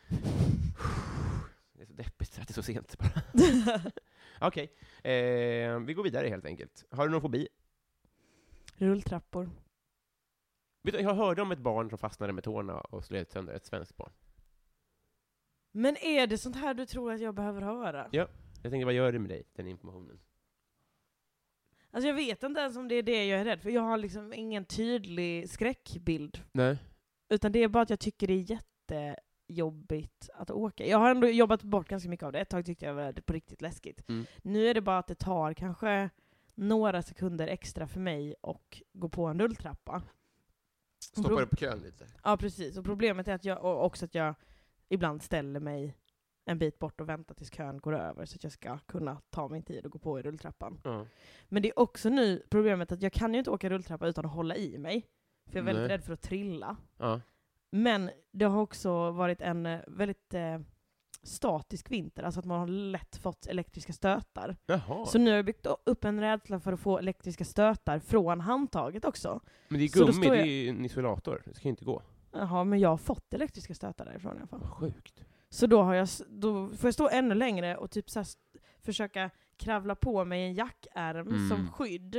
Det är så deppigt att det är så sent bara. Okej, eh, vi går vidare helt enkelt. Har du någon fobi? Rulltrappor. Vet du, jag hörde om ett barn som fastnade med tårna och slet sönder ett svenskt barn. Men är det sånt här du tror att jag behöver höra? Ja. Jag tänkte, vad gör det med dig, den informationen? Alltså jag vet inte ens om det är det jag är rädd för. Jag har liksom ingen tydlig skräckbild. Nej. Utan det är bara att jag tycker det är jättejobbigt att åka. Jag har ändå jobbat bort ganska mycket av det. Ett tag tyckte jag var det på riktigt läskigt. Mm. Nu är det bara att det tar kanske några sekunder extra för mig och gå på en rulltrappa. Stoppar upp kön lite. Ja, precis. Och problemet är att jag, och också att jag ibland ställer mig en bit bort och väntar tills kön går över så att jag ska kunna ta min tid och gå på i rulltrappan. Ja. Men det är också nu problemet att jag kan ju inte åka rulltrappa utan att hålla i mig. För jag är väldigt Nej. rädd för att trilla. Ja. Men det har också varit en eh, väldigt eh, statisk vinter. Alltså att man har lätt fått elektriska stötar. Jaha. Så nu har jag byggt upp en rädsla för att få elektriska stötar från handtaget också. Men det är så då gummi, står det jag- är ju en isolator. Det ska inte gå. Jaha, men jag har fått elektriska stötar därifrån i alla fall. Vad sjukt. Så då, har jag, s- då får jag stå ännu längre och typ så här s- försöka kravla på mig en jackärm Mm. som skydd.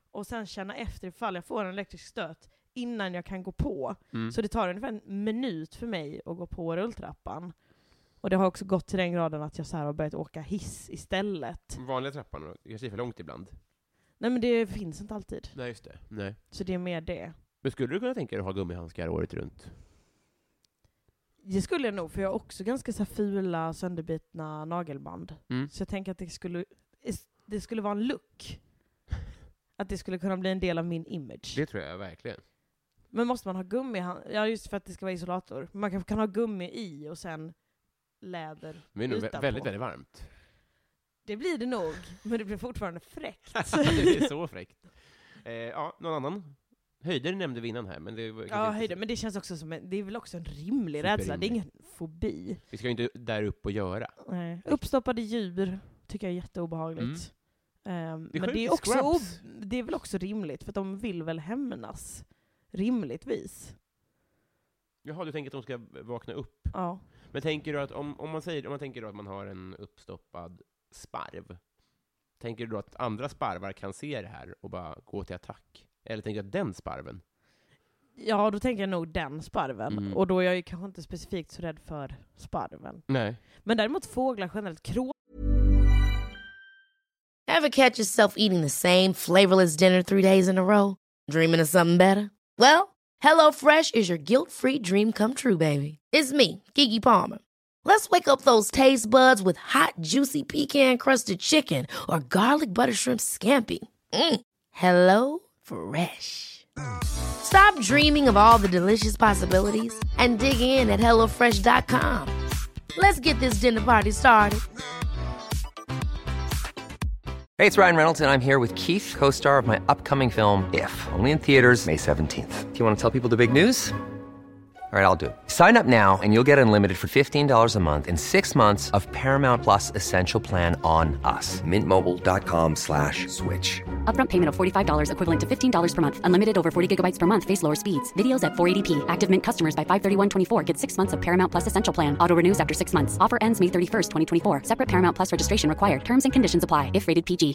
och sen känna efter ifall jag får en elektrisk stöt innan jag kan gå på. Mm. Så det tar ungefär en minut för mig att gå på rulltrappan. Och det har också gått till den graden att jag så här har börjat åka hiss istället. Vanliga trappan, då? Jag ser för långt ibland. Nej, men det finns inte alltid. Nej, just det. Nej. Så det är mer det. Men skulle du kunna tänka dig att ha gummihandskar året runt? Det skulle jag nog, för jag har också ganska så här fula, sönderbitna nagelband. Mm. Så jag tänker att det skulle, det skulle vara en look. Att det skulle kunna bli en del av min image. Det tror jag verkligen. Men måste man ha gummi? Ja, just för att det ska vara isolator. Man kan, kan ha gummi i och sen läder Men det är nog utanpå. väldigt, väldigt varmt. Det blir det nog, men det blir fortfarande fräckt. Det är så fräckt. Eh, ja, någon annan? Höjder nämnde vi innan här, men det var Ja, inte- höjder, men det känns också som en, det är väl också en rimlig rädsla. Det är ingen fobi. Vi ska ju inte där upp och göra. Nej. Uppstoppade djur tycker jag är jätteobehagligt. Um, Det är men sjukt det i är, också Scrubs. ob- det är väl också rimligt, för de vill väl hämnas. Rimligtvis. Jaha, du tänker att de ska vakna upp. Ja. Men tänker du att om, om man säger om man tänker då att man har en uppstoppad sparv, tänker du då att andra sparvar kan se det här och bara gå till attack? Eller tänker du att den sparven? Ja, då tänker jag nog den sparven. Mm. Och då är jag ju kanske inte specifikt så rädd för sparven. Nej. Men däremot fåglar generellt, krå... Ever catch yourself eating the same flavorless dinner three days in a row? Dreaming of something better? Well, HelloFresh is your guilt-free dream come true, baby. It's me, Keke Palmer. Let's wake up those taste buds with hot, juicy pecan-crusted chicken or garlic butter shrimp scampi. Mm. Hello Fresh. Stop dreaming of all the delicious possibilities and dig in at hello fresh dot com. Let's get this dinner party started. Hey, it's Ryan Reynolds, and I'm here with Keith, co-star of my upcoming film, If, only in theaters May seventeenth. Do you want to tell people the big news? All right, I'll do it. Sign up now and you'll get unlimited for fifteen dollars a month and six months of Paramount Plus Essential Plan on us. Mint Mobile dot com slash switch. Upfront payment of forty-five dollars equivalent to fifteen dollars per month. Unlimited over forty gigabytes per month. Face lower speeds. Videos at four eighty p. Active Mint customers by five thirty-one twenty-four get six months of Paramount Plus Essential Plan. Auto renews after six months. Offer ends May thirty-first, twenty twenty-four. Separate Paramount Plus registration required. Terms and conditions apply if rated P G.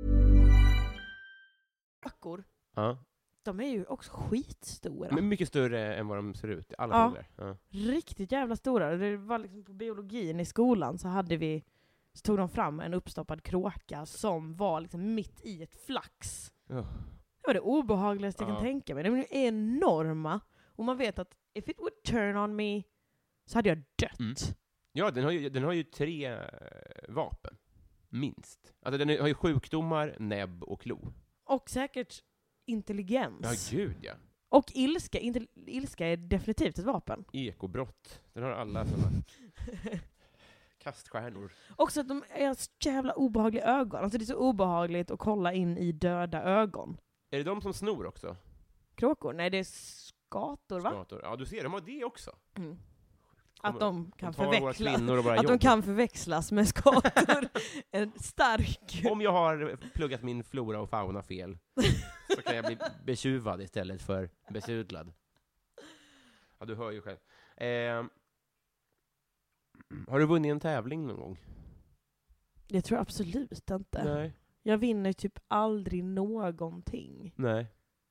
Rackor, Ja. de är ju också skitstora. Men mycket större än vad de ser ut. Alla Ja. fåglar. Ja. Riktigt jävla stora. Det var liksom på biologin i skolan så hade vi, så tog de fram en uppstoppad kråka som var liksom mitt i ett flax. Ja. Det var det obehagligaste jag Ja. kan tänka mig. De är enorma. Och man vet att if it would turn on me så hade jag dött. Mm. Ja, den har ju, den har ju tre eh, vapen. Minst. Alltså den har ju sjukdomar, näbb och klo. Och säkert intelligens. Ja, gud ja. Och ilska. Inte, ilska är definitivt ett vapen. Ekobrott. Den har alla sådana kaststjärnor. Också att de är så jävla obehagliga ögon. Alltså det är så obehagligt att kolla in i döda ögon. Är det de som snor också? Kråkor? Nej, det är skator, va? Skator. Ja, du ser, de har det också. Mm. Att de kan tar våra förväxlas. kvinnor och våra Att de jobb. kan förväxlas med skator. En stark... Om jag har pluggat min flora och fauna fel så kan jag bli betjuvad istället för besudlad. Ja, du hör ju själv. Eh, har du vunnit en tävling någon gång? Det tror jag absolut inte. Nej. Jag vinner typ aldrig någonting. Nej.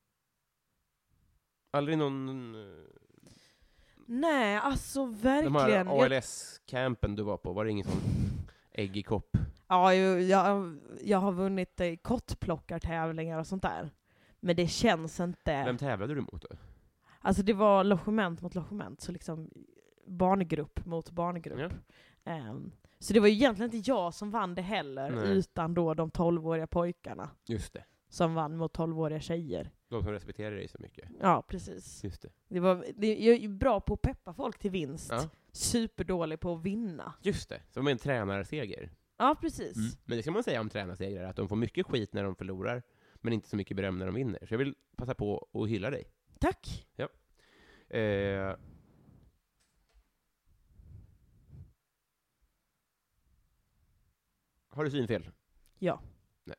Aldrig någon... eh, Nej, alltså De verkligen. här A L Jag, S-campen du var på, var det ingen sån ägg i kopp? ja, jag, jag, jag har vunnit eh, kottplockartävlingar och sånt där. Men det känns inte... Vem tävlade du mot då? Alltså det var logement mot logement, så liksom barngrupp mot barngrupp. Ja. Ehm, så det var ju egentligen inte jag som vann det heller, Nej. utan då de tolvåriga pojkarna Just det. som vann mot tolvåriga tjejer. De som respekterar dig så mycket. Ja, precis. Just det. Det var, det, jag är ju bra på att peppa folk till vinst. Ja. Superdålig på att vinna. Just det. Som en tränarseger. Ja, precis. Mm. Men det ska man säga om tränarsegrar, att de får mycket skit när de förlorar, men inte så mycket beröm när de vinner. Så jag vill passa på att hylla dig. Tack. Eh... Har du synfel? Ja. Nej.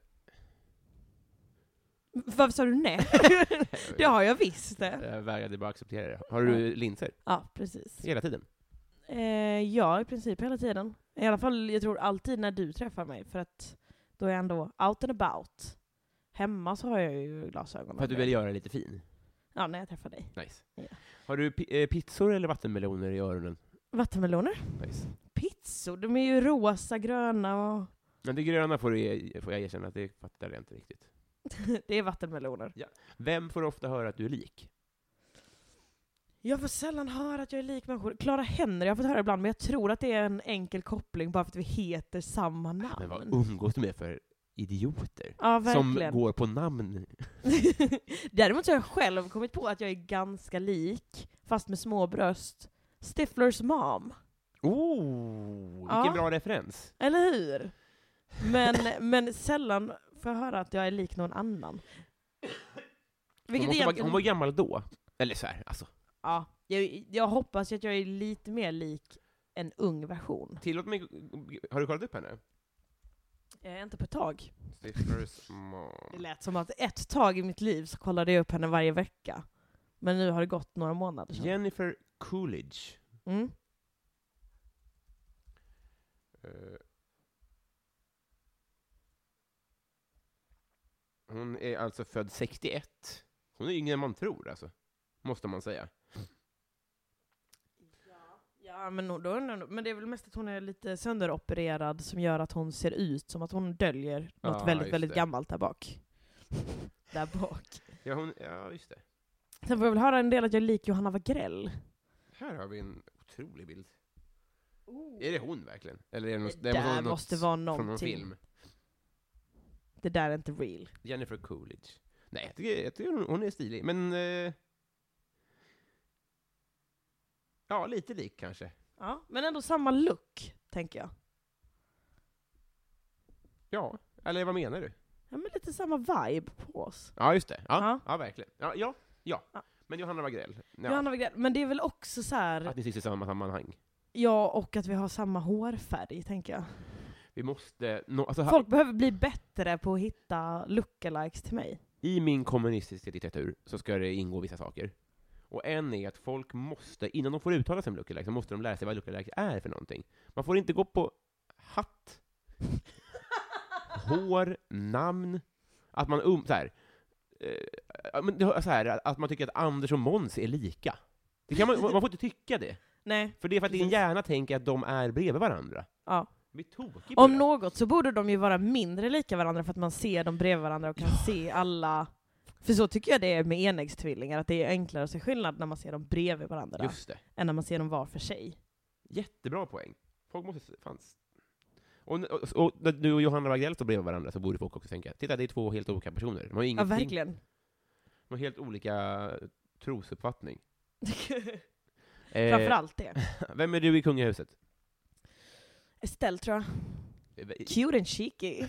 Varför sa du nej? Det har jag visst. Det. Jag vägrade bara acceptera det. Har du linser? Ja, precis. Hela tiden? Eh, ja, i princip hela tiden. I alla fall, jag tror alltid när du träffar mig, för att då är jag ändå out and about. hemma så har jag ju glasögon. För att du vill göra det lite fin? Ja, när jag träffar dig. Nice. Ja. Har du pi- eh, pizzor eller vattenmeloner i öronen? Vattenmeloner? Nice. Pizzor, de är ju rosa, gröna och... Men det gröna får, du, får jag erkänna att det fattar jag inte riktigt. det är vattenmeloner. Ja. Vem får ofta höra att du är lik? Jag får sällan höra att jag är lik människor. Clara Henry har fått höra ibland, men jag tror att det är en enkel koppling bara för att vi heter samma namn. Men vad umgås du med för idioter? Ja, som verkligen. går på namn. Däremot så har jag själv kommit på att jag är ganska lik, fast med små bröst, Stiflers mom. Oh, vilken Ja. bra referens. Eller hur? Men, men sällan får jag höra att jag är lik någon annan. Hon, Vilket måste vara, egentligen... hon var gammal då. Eller så här, alltså. Ja, jag, jag hoppas att jag är lite mer lik en ung version. Tillåt mig, har du kollat upp henne? Jag är inte på ett tag. Stiflers mom. Det lät som att ett tag i mitt liv så kollade jag upp henne varje vecka. Men nu har det gått några månader sedan. Jennifer Coolidge. Mm. Uh, hon är alltså född sextioett. Hon är yngre än man tror, alltså. Måste man säga. Ja, men, då, då, men det är väl mest att hon är lite sönderopererad som gör att hon ser ut som att hon döljer något Ja, väldigt, just väldigt det. gammalt där bak. där bak. Ja, hon, ja, just det. Sen får jag väl höra en del att jag är lik Johanna Wagrell. Här har vi en otrolig bild. Är det hon verkligen? Eller är det, något, Det måste där vara något måste vara från någon någonting. film? Det där är inte real. Jennifer Coolidge. Nej, jag tycker, jag tycker hon, hon är stilig. Men... Eh, ja, lite lik kanske. Ja, men ändå samma look, tänker jag. Ja, eller vad menar du? Ja, men lite samma vibe på oss. Ja, just det. Ja, Ja. ja. verkligen. Ja, ja, ja. Ja. Men Johanna Wagrell. Ja. Johanna Wagrell, men det är väl också så här, Att ni sitter i samma sammanhang. ja, och att vi har samma hårfärg, tänker jag. Vi måste... No, alltså, ha- Folk behöver bli bättre på att hitta lookalikes till mig. I min kommunistiska diktatur så ska det ingå vissa saker. Och en är att folk måste, innan de får uttala sig om lookalike, så måste de lära sig vad lookalike är för någonting. Man får inte gå på hatt, hår, namn, att man um, så här, eh, men det- så här, att man tycker att Anders och Måns är lika. Det kan man, man får inte tycka det. Nej. För det är för att din Precis. hjärna tänker att de är bredvid varandra. Ja. Vi är tokig på Om det. något så borde de ju vara mindre lika varandra för att man ser dem bredvid varandra och kan se alla. För så tycker jag det är med enäggstvillingar, att det är enklare att se skillnad när man ser dem bredvid varandra Just det. än när man ser dem var för sig. Jättebra poäng. Folk måste... Fanns. Och, och, och när du och Johanna Wagrell står bredvid varandra så borde folk också tänka, titta, det är två helt olika personer. De har ju Ja, ingenting, verkligen. de har helt olika trosuppfattning. Eh, Framförallt det. Vem är du i kungahuset? Estelle, tror jag. Cute and cheeky.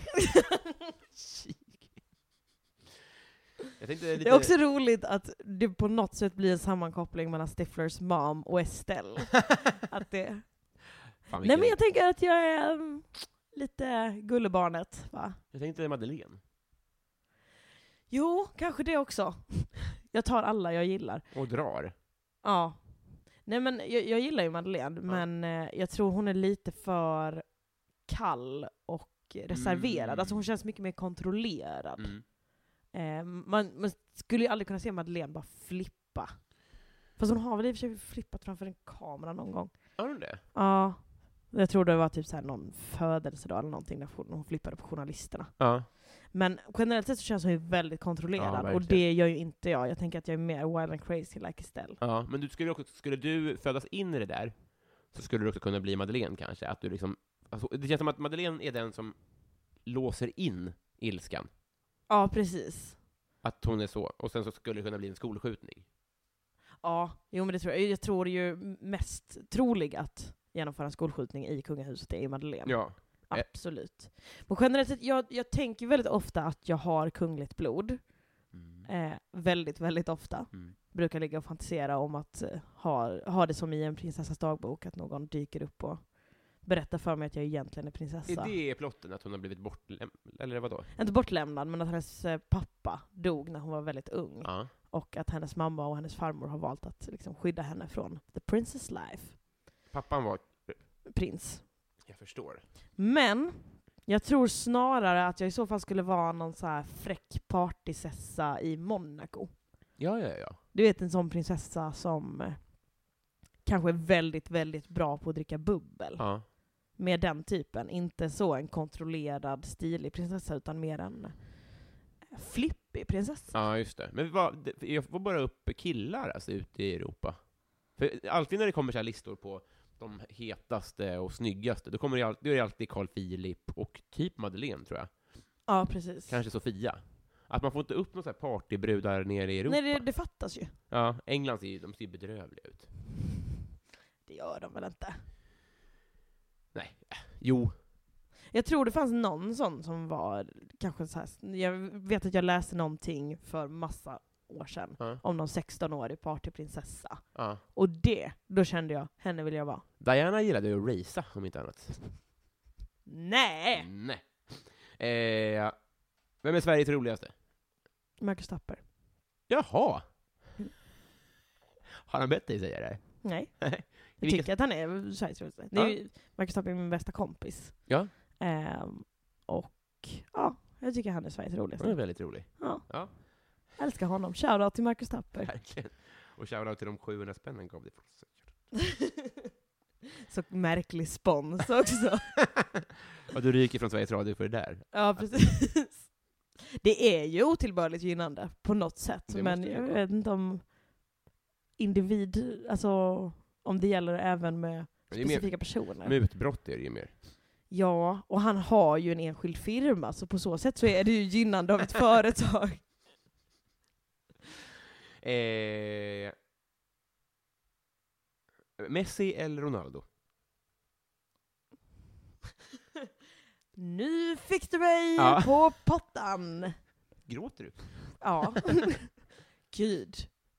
Jag tänkte lite... Det är också roligt att det på något sätt blir en sammankoppling mellan Stiflers mom och Estelle. att det... Fan, Nej, vilken- men jag tänker att jag är um, lite gullebarnet, va? jag tänkte Madeleine. Jo, kanske det också. Jag tar alla jag gillar. Och drar. Ja. Nej, men jag, jag gillar ju Madeleine, men eh, jag tror hon är lite för kall och reserverad. Mm. Alltså hon känns mycket mer kontrollerad. Mm. Eh, man, man skulle ju aldrig kunna se Madeleine bara flippa. Fast hon har väl i och för sig flippat framför en kamera någon gång. Har hon det? Ja. Jag tror det var typ så här någon födelsedag eller någonting när hon, hon flippade på journalisterna. Ja. Men generellt sett så känns hon ju väldigt Ja, kontrollerad. verkligen. och det gör ju inte jag. Jag tänker att jag är mer wild and crazy like Estelle. Ja, men du skulle, också, skulle du födas in i det där så skulle du också kunna bli Madeleine kanske. Att du liksom, alltså, det känns som att Madeleine är den som låser in ilskan. Ja, precis. Att hon är så. Och sen så skulle det kunna bli en skolskjutning. Ja, jo men det tror jag. Jag tror ju mest trolig att genomföra en skolskjutning i kungahuset är Madeleine. Ja. Absolut. Men generellt sett, jag, jag tänker väldigt ofta att jag har kungligt blod. Mm. Eh, väldigt, väldigt ofta. Mm. Brukar ligga och fantisera om att eh, ha, ha det som i en prinsessas dagbok, att någon dyker upp och berättar för mig att jag egentligen är prinsessa. Är det plotten, att hon har blivit bortlämnad? Eller vadå? Inte bortlämnad, men att hennes eh, pappa dog när hon var väldigt ung. Ja. Och att hennes mamma och hennes farmor har valt att liksom, skydda henne från the princess life. Pappan var... Prins. Jag förstår. Men Jag tror snarare att jag i så fall skulle vara någon så här fräck partysessa i Monaco. Ja, ja, ja. Du vet, en sån prinsessa som eh, kanske är väldigt, väldigt bra på att dricka bubbel. Ja. Med den typen. Inte så en kontrollerad, stilig prinsessa, utan mer en flippig prinsessa. Ja, just det. Men vad, det- jag får bara upp killar alltså, ute i Europa. För alltid när det kommer så här listor på de hetaste och snyggaste, då kommer det alltid, då är det alltid Carl Philip och typ Madeleine, tror jag. Ja, precis. Kanske Sofia. Att man får inte upp några så här partybrudar nere i Europa. Nej, det, det fattas ju. Ja, England ser ju, de ser ju bedrövliga ut. Det gör de väl inte. Nej, äh, jo. Jag tror det fanns någon sån som var kanske så här, jag vet att jag läste någonting för massa år sedan Ja. om någon sexton-årig partyprinsessa. Ja. Och det, då kände jag, henne vill jag vara. Diana gillade ju att racea, om inte annat. Nej! Nej. Eh, vem är Sveriges roligaste? Marcus Tapper. Jaha! Har han bett dig säga det? Nej. Nej. Jag Vilka- tycker att han är Sveriges roligaste. Det är ju, Marcus Tapper är min bästa kompis. Ja. Ehm, och ja, jag tycker han är Sveriges Han är roligaste. väldigt rolig. Ja. Ja, Jag älskar honom. Shoutout till Marcus Tapper. verkligen. Och shoutout till de sjuhundra spännen gav det. Så märklig spons också. Och du ryker från Sveriges Radio för det där. Ja, precis. Det är ju otillbörligt gynnande på något sätt. Det Men måste det jag vara. vet inte om individ, alltså om det gäller även med Det är specifika mer, personer. mutbrott är det ju mer. Ja, och han har ju en enskild firma, så på så sätt så är det ju gynnande av ett företag. Eh, Messi eller Ronaldo? Nu fick du mig Ja. på pottan. Gråter du? Ja. Gud.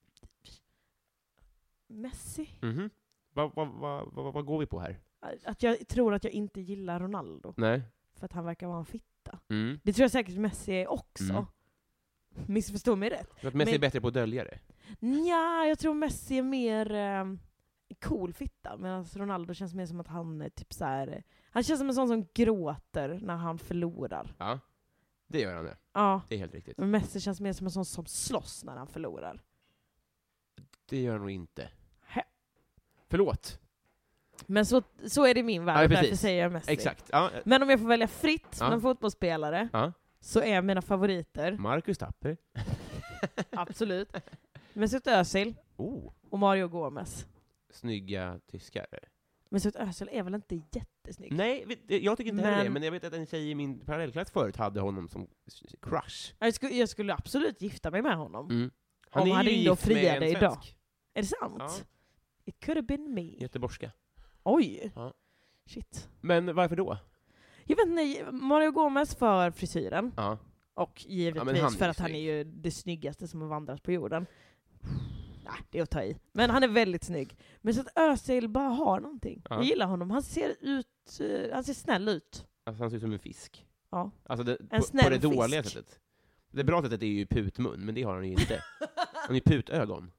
Messi? Mhm. Vad vad vad vad vad går vi på här? Att jag tror att jag inte gillar Ronaldo. Nej. För att han verkar vara en fitta. Mm. Det tror jag säkert Messi är också. Mm. Missförstå mig rätt. För att Messi Men- är bättre på att dölja det. Ja, jag tror Messi är mer eh, cool fitta. Medan Ronaldo känns mer som att han är typ så här. Han känns som en sån som gråter när han förlorar. Ja, det gör han det. Ja. Det är helt riktigt. Men Messi känns mer som en sån som slåss när han förlorar. Det gör han nog inte. Hä. Förlåt. Men så, så är det i min värld, Ja, och precis. därför säger jag Messi. Exakt. Ja. Men om jag får välja fritt Ja. bland fotbollsspelare Ja. så är mina favoriter, Marcus Tapper. absolut, Mesut Özil Oh, och Mario Gomez. snygga tyskar. Mesut Özil är väl inte jättesnygg? Nej, vet- jag tycker inte heller Men- det, men jag vet att en tjej i min parallellklass förut hade honom som crush. Jag skulle, jag skulle absolut gifta mig med honom. Mm. Om han ju ringde och gift med friade en idag. svensk. Är det sant? Ja. It could have been me. Göteborgska. Oj. Ja. Shit. Men varför då? Jag vet inte, Mario Gomez för frisyren. Ja. Och givetvis Ja, men han är för ju att han är snygg. ju det snyggaste som har vandrat på jorden. Nej, det är att ta i. Men han är väldigt snygg. Men så att Özil bara har någonting. Ja. Jag gillar honom. Han ser ut, eh, han ser snäll ut. Alltså han ser ut som en fisk. Ja. Alltså det, En på, på snäll det dåliga fisk. sättet. Det bra sättet är ju putmun, men det har han ju inte. Han har ju putögon.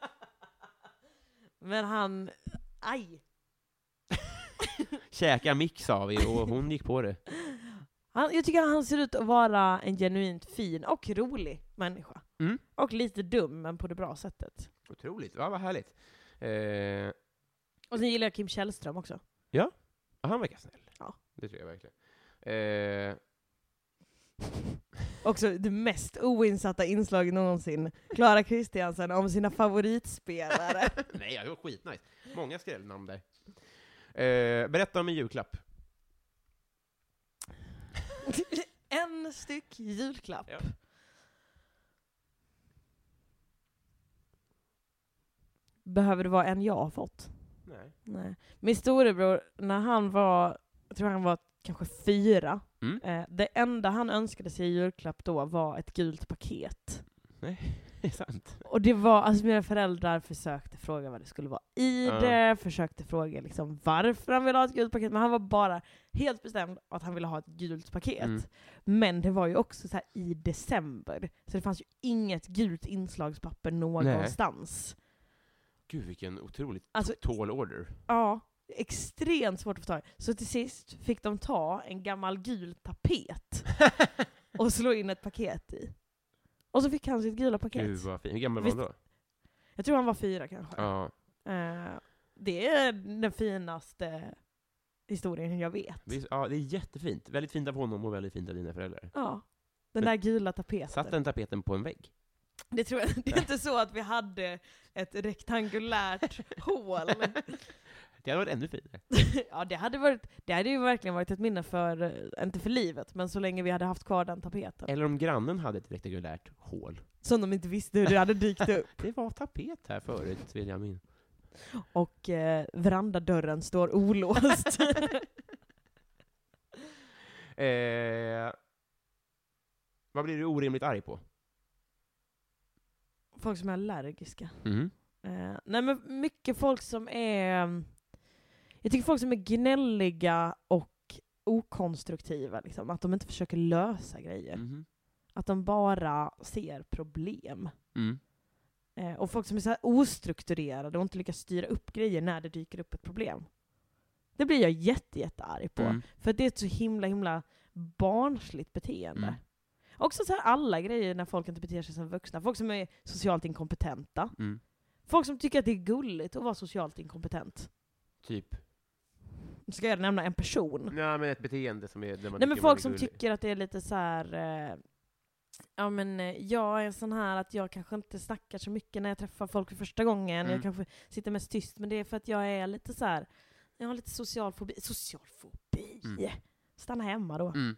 Men han, aj. Käka mix sa vi och hon gick på det. Han, jag tycker att han ser ut att vara en genuint fin och rolig människa. Mm. Och lite dum, men på det bra sättet. Otroligt, ja vad härligt. Eh, Och sen gillar jag Kim Källström också. ja, han verkar snäll. Ja. Det tror jag verkligen. Eh, Också det mest oinsatta inslaget någonsin. Clara Kristiansen om sina favoritspelare. nej, det var skitnice. Många skrällnamn där. Eh, berätta om en julklapp. En styck julklapp. Ja. Behöver det vara en jag har fått? Nej. Nej. Min storebror, när han var, jag tror han var kanske fyra, Mm. eh, det enda han önskade sig i julklapp då var ett gult paket. Nej, det är sant. Och det var, alltså mina föräldrar försökte fråga vad det skulle vara i Ja. det, försökte fråga liksom varför han ville ha ett gult paket, men han var bara helt bestämd att han ville ha ett gult paket. Mm. Men det var ju också så här i december, så det fanns ju inget gult inslagspapper någonstans. Gud, vilken otroligt Alltså- tall order. Ja, extremt svårt att få tag i. Så till sist fick de ta en gammal gul tapet och slå in ett paket i. Och så fick han sitt gula paket. Gud vad fint. Hur gammal var han då? Jag tror han var fyra kanske. Ja. Uh, det är den finaste historien jag vet. Visst, ja, det är jättefint. Väldigt fint av honom och väldigt fint av dina föräldrar. Ja, den Men, där gula tapeten. Satt den tapeten på en vägg? Det tror jag. Det är inte så att vi hade ett rektangulärt hål. Det hade varit ännu finare. Ja, det hade, varit, det hade ju verkligen varit ett minne för, inte för livet, men så länge vi hade haft kvar den tapeten. Eller om grannen hade ett rektangulärt hål. Som de inte visste hur det hade dykt upp. Det var tapet här förut, vill jag minnas. Och eh, verandadörren står olåst. eh, vad blir du orimligt arg på? Folk som är allergiska. Mm. Eh, nej men mycket folk som är... Jag tycker folk som är gnälliga och okonstruktiva. Liksom, att de inte försöker lösa grejer. Mm. Att de bara ser problem. Mm. Eh, och folk som är så här ostrukturerade och inte lyckas styra upp grejer när det dyker upp ett problem. Det blir jag jätte, jätte arg på. Mm. För det är ett så himla, himla barnsligt beteende. Mm. Också så här alla grejer när folk inte beter sig som vuxna. Folk som är socialt inkompetenta. Mm. Folk som tycker att det är gulligt att vara socialt inkompetent. Typ? Ska jag nämna en person? Nej, men ett beteende som är... Där man Nej, men tycker folk man som är gullig. tycker att det är lite så här... Eh, ja, men eh, jag är sån här att jag kanske inte snackar så mycket när jag träffar folk för första gången. Mm. Jag kanske sitter mest tyst, men det är för att jag är lite så här... Jag har lite social fobi. Social fobi? Mm. Stanna hemma då. Mm.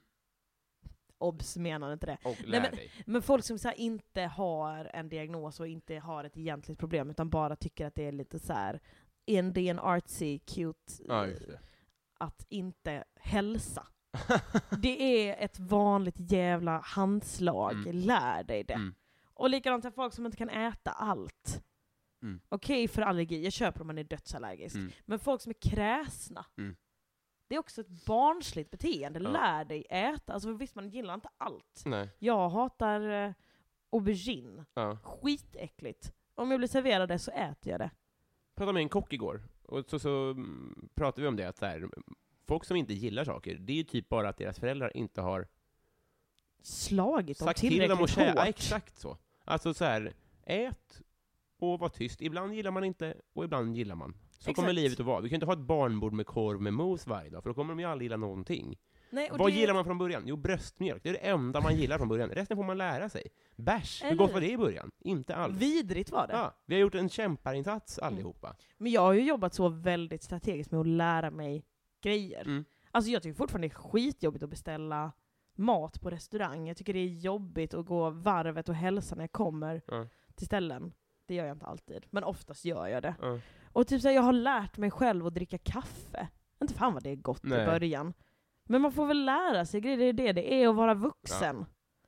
Obs menar inte det. Och lär Nej, men, dig. men folk som så här inte har en diagnos och inte har ett egentligt problem utan bara tycker att det är lite så här en det är en artsy, cute Ja, just det. att inte hälsa. Det är ett vanligt jävla handslag. Mm. Lär dig det. Mm. Och likadant är folk som inte kan äta allt. Mm. Okej för allergi, jag köper om man är dödsallergisk. Mm. Men folk som är kräsna. Mm. Det är också ett barnsligt beteende. Ja. Lär dig äta. Alltså visst, man gillar inte allt. Nej. Jag hatar eh, aubergine. Ja. Skitäckligt. Om jag blir serverad det så äter jag det. Jag pratade med en kock igår, och så, så mm, pratade vi om det, att så här, folk som inte gillar saker, det är ju typ bara att deras föräldrar inte har Slagit dem sagt till dem tillräckligt att käka. hårt. Ja, exakt så. Alltså så här, ät och var tyst. Ibland gillar man inte, och ibland gillar man. Så Exakt. kommer livet att vara. Du kan inte ha ett barnbord med korv med mos varje dag, för då kommer de ju aldrig gilla någonting. Nej, och Vad det... gillar man från början? Jo, bröstmjölk. Det är det enda man gillar från början. Resten får man lära sig. Bärs, hur Eller gott hur? var det i början? Inte alls. Vidrigt var det. Ja, vi har gjort en kämparinsats allihopa. Men jag har ju jobbat så väldigt strategiskt med att lära mig grejer. Mm. Alltså jag tycker fortfarande det är skitjobbigt att beställa mat på restaurang. Jag tycker det är jobbigt att gå varvet och hälsa när jag kommer Ja. till ställen. Det gör jag inte alltid, men oftast gör jag det. Ja. Och typ så här, jag har lärt mig själv att dricka kaffe. Inte fan vad det är gott Nej. i början. Men man får väl lära sig grejer, det är det det är att vara vuxen.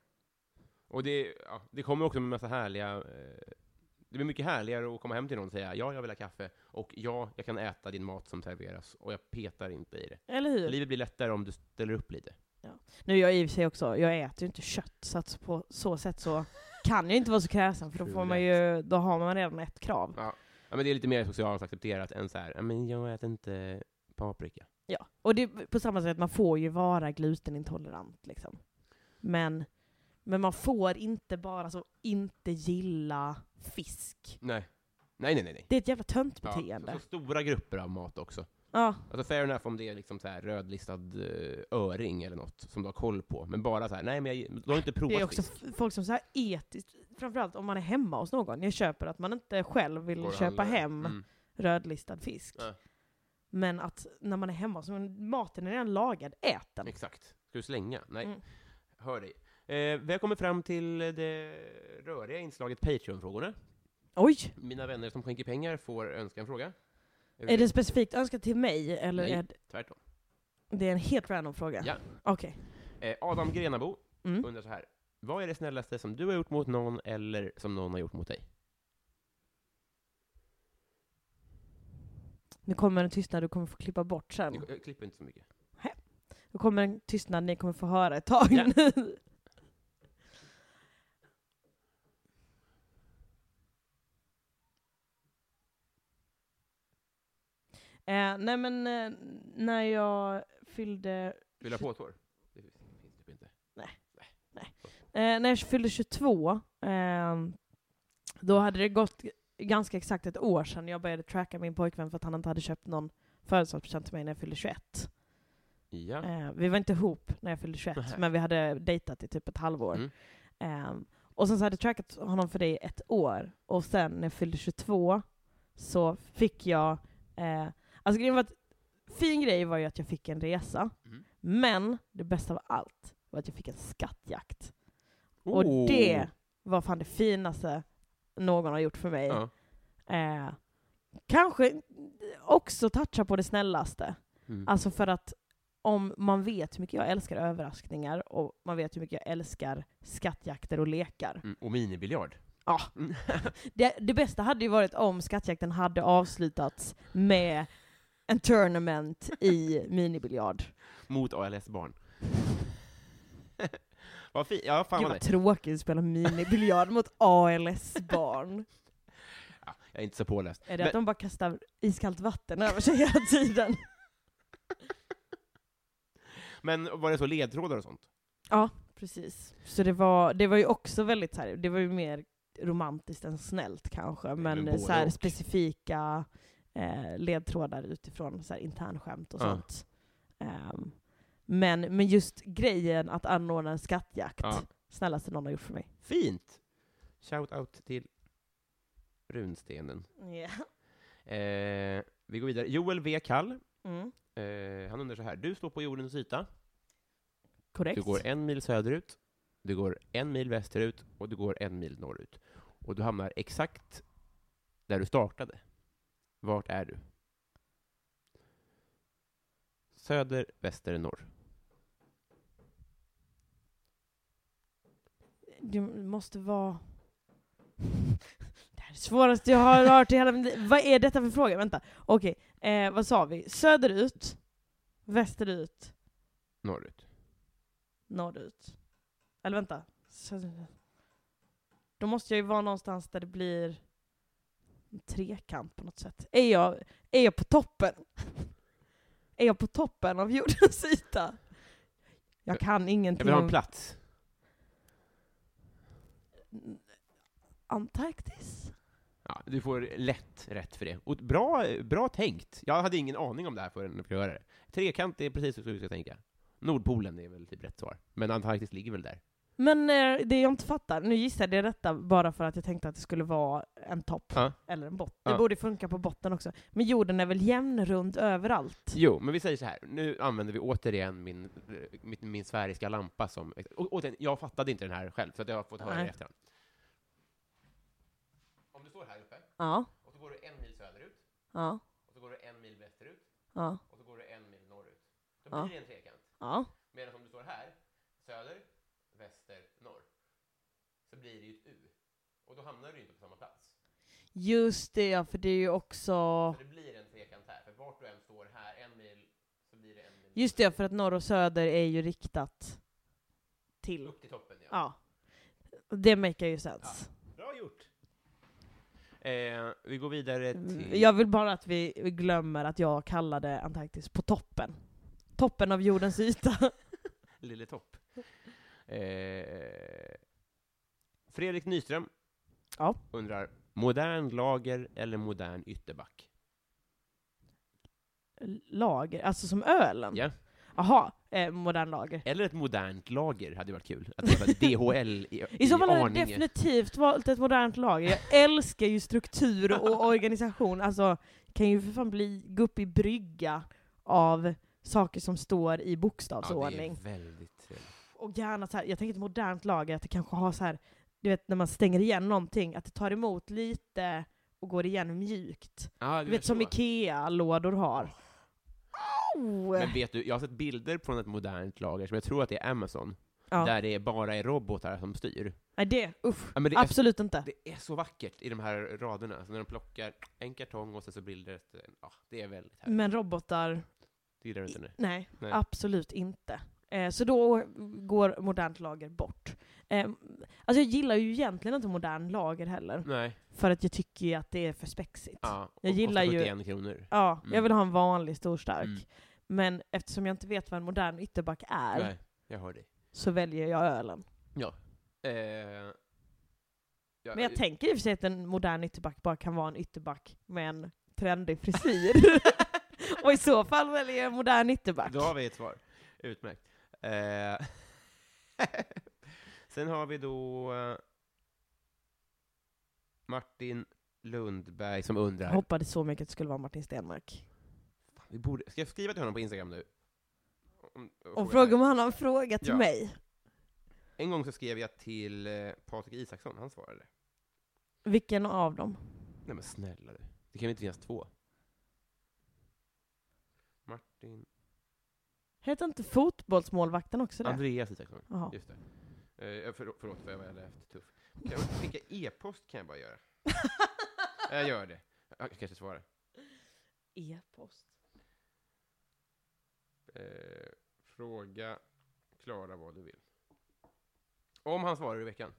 Och det, ja, det kommer också med massa härliga... Eh, det blir mycket härligare att komma hem till någon och säga ja, jag vill ha kaffe, och ja, jag kan äta din mat som serveras, och jag petar inte i det. Eller hur? Livet blir lättare om du ställer upp lite. Nu är jag i och för sig också, jag äter ju inte kött, så att på så sätt så kan jag inte vara så kräsen, för då får man ju, då har man redan ett krav. Ja. Ja, men det är lite mer socialt accepterat än så här, men jag äter inte paprika. Ja, och det är på samma sätt, man får ju vara glutenintolerant liksom. Men, men man får inte bara så inte gilla fisk. Nej. Nej, nej, nej. nej. Det är ett jävla tönt Ja, beteende. så, så stora grupper av mat också. Ja, Alltså fair enough om det är liksom så här rödlistad eh, öring eller något som du har koll på. Men bara så här, nej men jag, du har inte provat det är också fisk. f- folk som så här etiskt, framförallt om man är hemma hos någon. Jag köper att man inte själv vill Går och köpa handlar. hem Mm. rödlistad fisk. Ja. Men att när man är hemma, så maten är redan lagad, ät den. Exakt. Ska du slänga? Nej. Mm. Hör dig. Eh, vi har kommit fram till det röriga inslaget Patreon-frågorna. Oj! Mina vänner som skänker pengar får önska en fråga. Är det specifikt önskat till mig? Eller Nej, är det, tvärtom. det är en helt random fråga? Ja. Okej. Eh, Adam Grenabo Mm. undrar så här. Vad är det snällaste som du har gjort mot någon eller som någon har gjort mot dig? Nu kommer en tystnad du kommer få klippa bort sen. Jag, jag klipper inte så mycket. Nu kommer en tystnad ni kommer få höra ett tag. Ja. Eh, nej men eh, när jag fyllde... Fylla på ett år? Det finns typ inte. Nej. nej. nej. Eh, när jag fyllde tjugotvå, eh, då hade det gått ganska exakt ett år sedan jag började tracka min pojkvän för att han inte hade köpt någon födelsedagspresent till mig när jag fyllde tjugoett. Ja. Eh, vi var inte ihop när jag fyllde tjugoett, Nej. men vi hade dejtat i typ ett halvår. Mm. Eh, och sen så hade jag trackat honom för det i ett år. Och sen när jag fyllde tjugotvå så fick jag... Eh, alltså grejen var att, fin grej var ju att jag fick en resa. Mm. Men det bästa av allt var att jag fick en skattjakt. Oh. Och det var fan det finaste någon har gjort för mig. Ja. Eh, kanske också toucha på det snällaste. Mm. Alltså för att om man vet hur mycket jag älskar överraskningar och man vet hur mycket jag älskar skattjakter och lekar. Mm. Och minibiljard. Ja. det, det bästa hade ju varit om skattjakten hade avslutats med en tournament i minibiljard. Mot A L S-barn. Vad fint. Ja, fan Gud vad vad tråkigt att spela minibiljard mot A L S-barn. Ja, jag är inte så påläst. Är det Men- att de bara kastar iskallt vatten över sig hela tiden? Men var det så ledtrådar och sånt? Ja, precis. Så det var, det var ju också väldigt så här, det var ju mer romantiskt än snällt kanske, men, både så här, och. specifika eh, ledtrådar utifrån så här, internskämt och Ja. sånt. Um, men, men just grejen att anordna en skattjakt, Ja. snällaste någon har gjort för mig. Fint! Shout out till runstenen. Yeah. Eh, vi går vidare. Joel V. Kall. Mm. Eh, han undrar så här. Du står på jordens yta. Korrekt. Du går en mil söderut. Du går en mil västerut. Och du går en mil norrut. Och du hamnar exakt där du startade. Vart är du? Söder, väster, norr. Du måste vara... Det här är det svåraste jag har hört i hela mitt liv. Vad är detta för fråga? Vänta. Okej, eh, vad sa vi? Söderut, västerut, Norrut. norrut. Eller vänta. Söderut. Då måste jag ju vara någonstans där det blir en trekant på något sätt. Är jag, är jag på toppen? Är jag på toppen av jordens yta? Jag kan Jag ingenting vill ha en om- plats. Antarktis? Ja, du får lätt rätt för det. Och bra, bra tänkt. Jag hade ingen aning om det här förrän jag fick göra det. Trekant är precis så du ska tänka. Nordpolen är väl typ rätt svar. Men Antarktis ligger väl där. Men eh, det jag inte fattar, nu gissade jag detta bara för att jag tänkte att det skulle vara en topp Ja. eller en botten. Ja. Det borde funka på botten också. Men jorden är väl jämnrund överallt? Jo, men vi säger så här. Nu använder vi återigen min, min, min sfäriska lampa som... Och, återigen, jag fattade inte den här själv, så att jag har fått höra Nej. det efterhand. Om du står här uppe, Ja, och så går du en mil söderut, ja, och så går du en mil västerut, ja, och så går du en mil norrut. Då Ja. blir det en trekant. ja. Medan om du står här, söder, väster, norr, så blir det ju ett U. Och då hamnar du inte på samma plats. Just det, ja, för det är ju också... Så det blir en trekant här. För vart du än står här, en mil, så blir det en mil. Just det, för att norr och söder är ju riktat till... Upp till toppen, ja. Ja. Det makar ju sens. Bra gjort! Eh, vi går vidare till... Jag vill bara att vi vi glömmer att jag kallade Antarktis på toppen. Toppen av jordens yta. Lille topp. Eh, Fredrik Nyström Ja. undrar, modern lager eller modern ytterback? Lager, alltså som ölen? Ja. Jaha, eh, modern lager. Eller ett modernt lager hade varit kul. Att det var D H L i, I så fall hade jag Arninge. definitivt valt ett modernt lager. Jag älskar ju struktur och organisation. Alltså, kan ju för fan bli, gå upp i brygga av saker som står i Ja, bokstavsordning. det är väldigt trevligt. Och gärna så här, jag tänker ett modernt lager, att det kanske har så här, du vet när man stänger igen någonting, att det tar emot lite och går igen mjukt. Ja, Du det vet är som så. Ikea-lådor har. Au! Men vet du, jag har sett bilder från ett modernt lager, som jag tror att det är Amazon, Ja. där det bara är robotar som styr. Nej, det, usch. Ja, men det, är, Absolut inte. det är så vackert i de här raderna. Alltså när de plockar en kartong och sen så blir det ett... Ja, det är väldigt härligt. Men robotar, Det gillar du inte nu? nej, Nej. absolut inte. Eh, så då går modernt lager bort. Eh, Alltså jag gillar ju egentligen inte modern lager heller. Nej. För att jag tycker ju att det är för spexigt. Ja, jag gillar ju sjuttioen kronor. Ja, Mm. jag vill ha en vanlig stor stark. Mm. Men eftersom jag inte vet vad en modern ytterback är, Nej, jag hör dig. så väljer jag ölen. Ja. Eh, ja. Men jag tänker i och för sig att en modern ytterback bara kan vara en ytterback med en trendig frisyr. Och i så fall väljer jag en modern ytterback. Då har vi ett svar. Utmärkt. Eh, sen har vi då eh, Martin Lundberg som undrar. Jag hoppades så mycket att det skulle vara Martin Stenmark. Vi borde, ska jag skriva till honom på Instagram nu? Om, Och fråga om han har en fråga till Ja. mig. En gång så skrev jag till eh, Patrik Isaksson, han svarade. Vilken av dem? Nej men snälla du, det kan väl inte finnas två? Martin... Heter inte fotbollsmålvakten också det? Andreas Isaksson, Jaha. just det. Eh, för, förlåt för jag var lite tuff. Kan jag skicka e-post kan jag bara göra. Jag gör det. Jag kanske svarar. E-post. Eh, fråga Klara vad du vill. Om han svarar i veckan.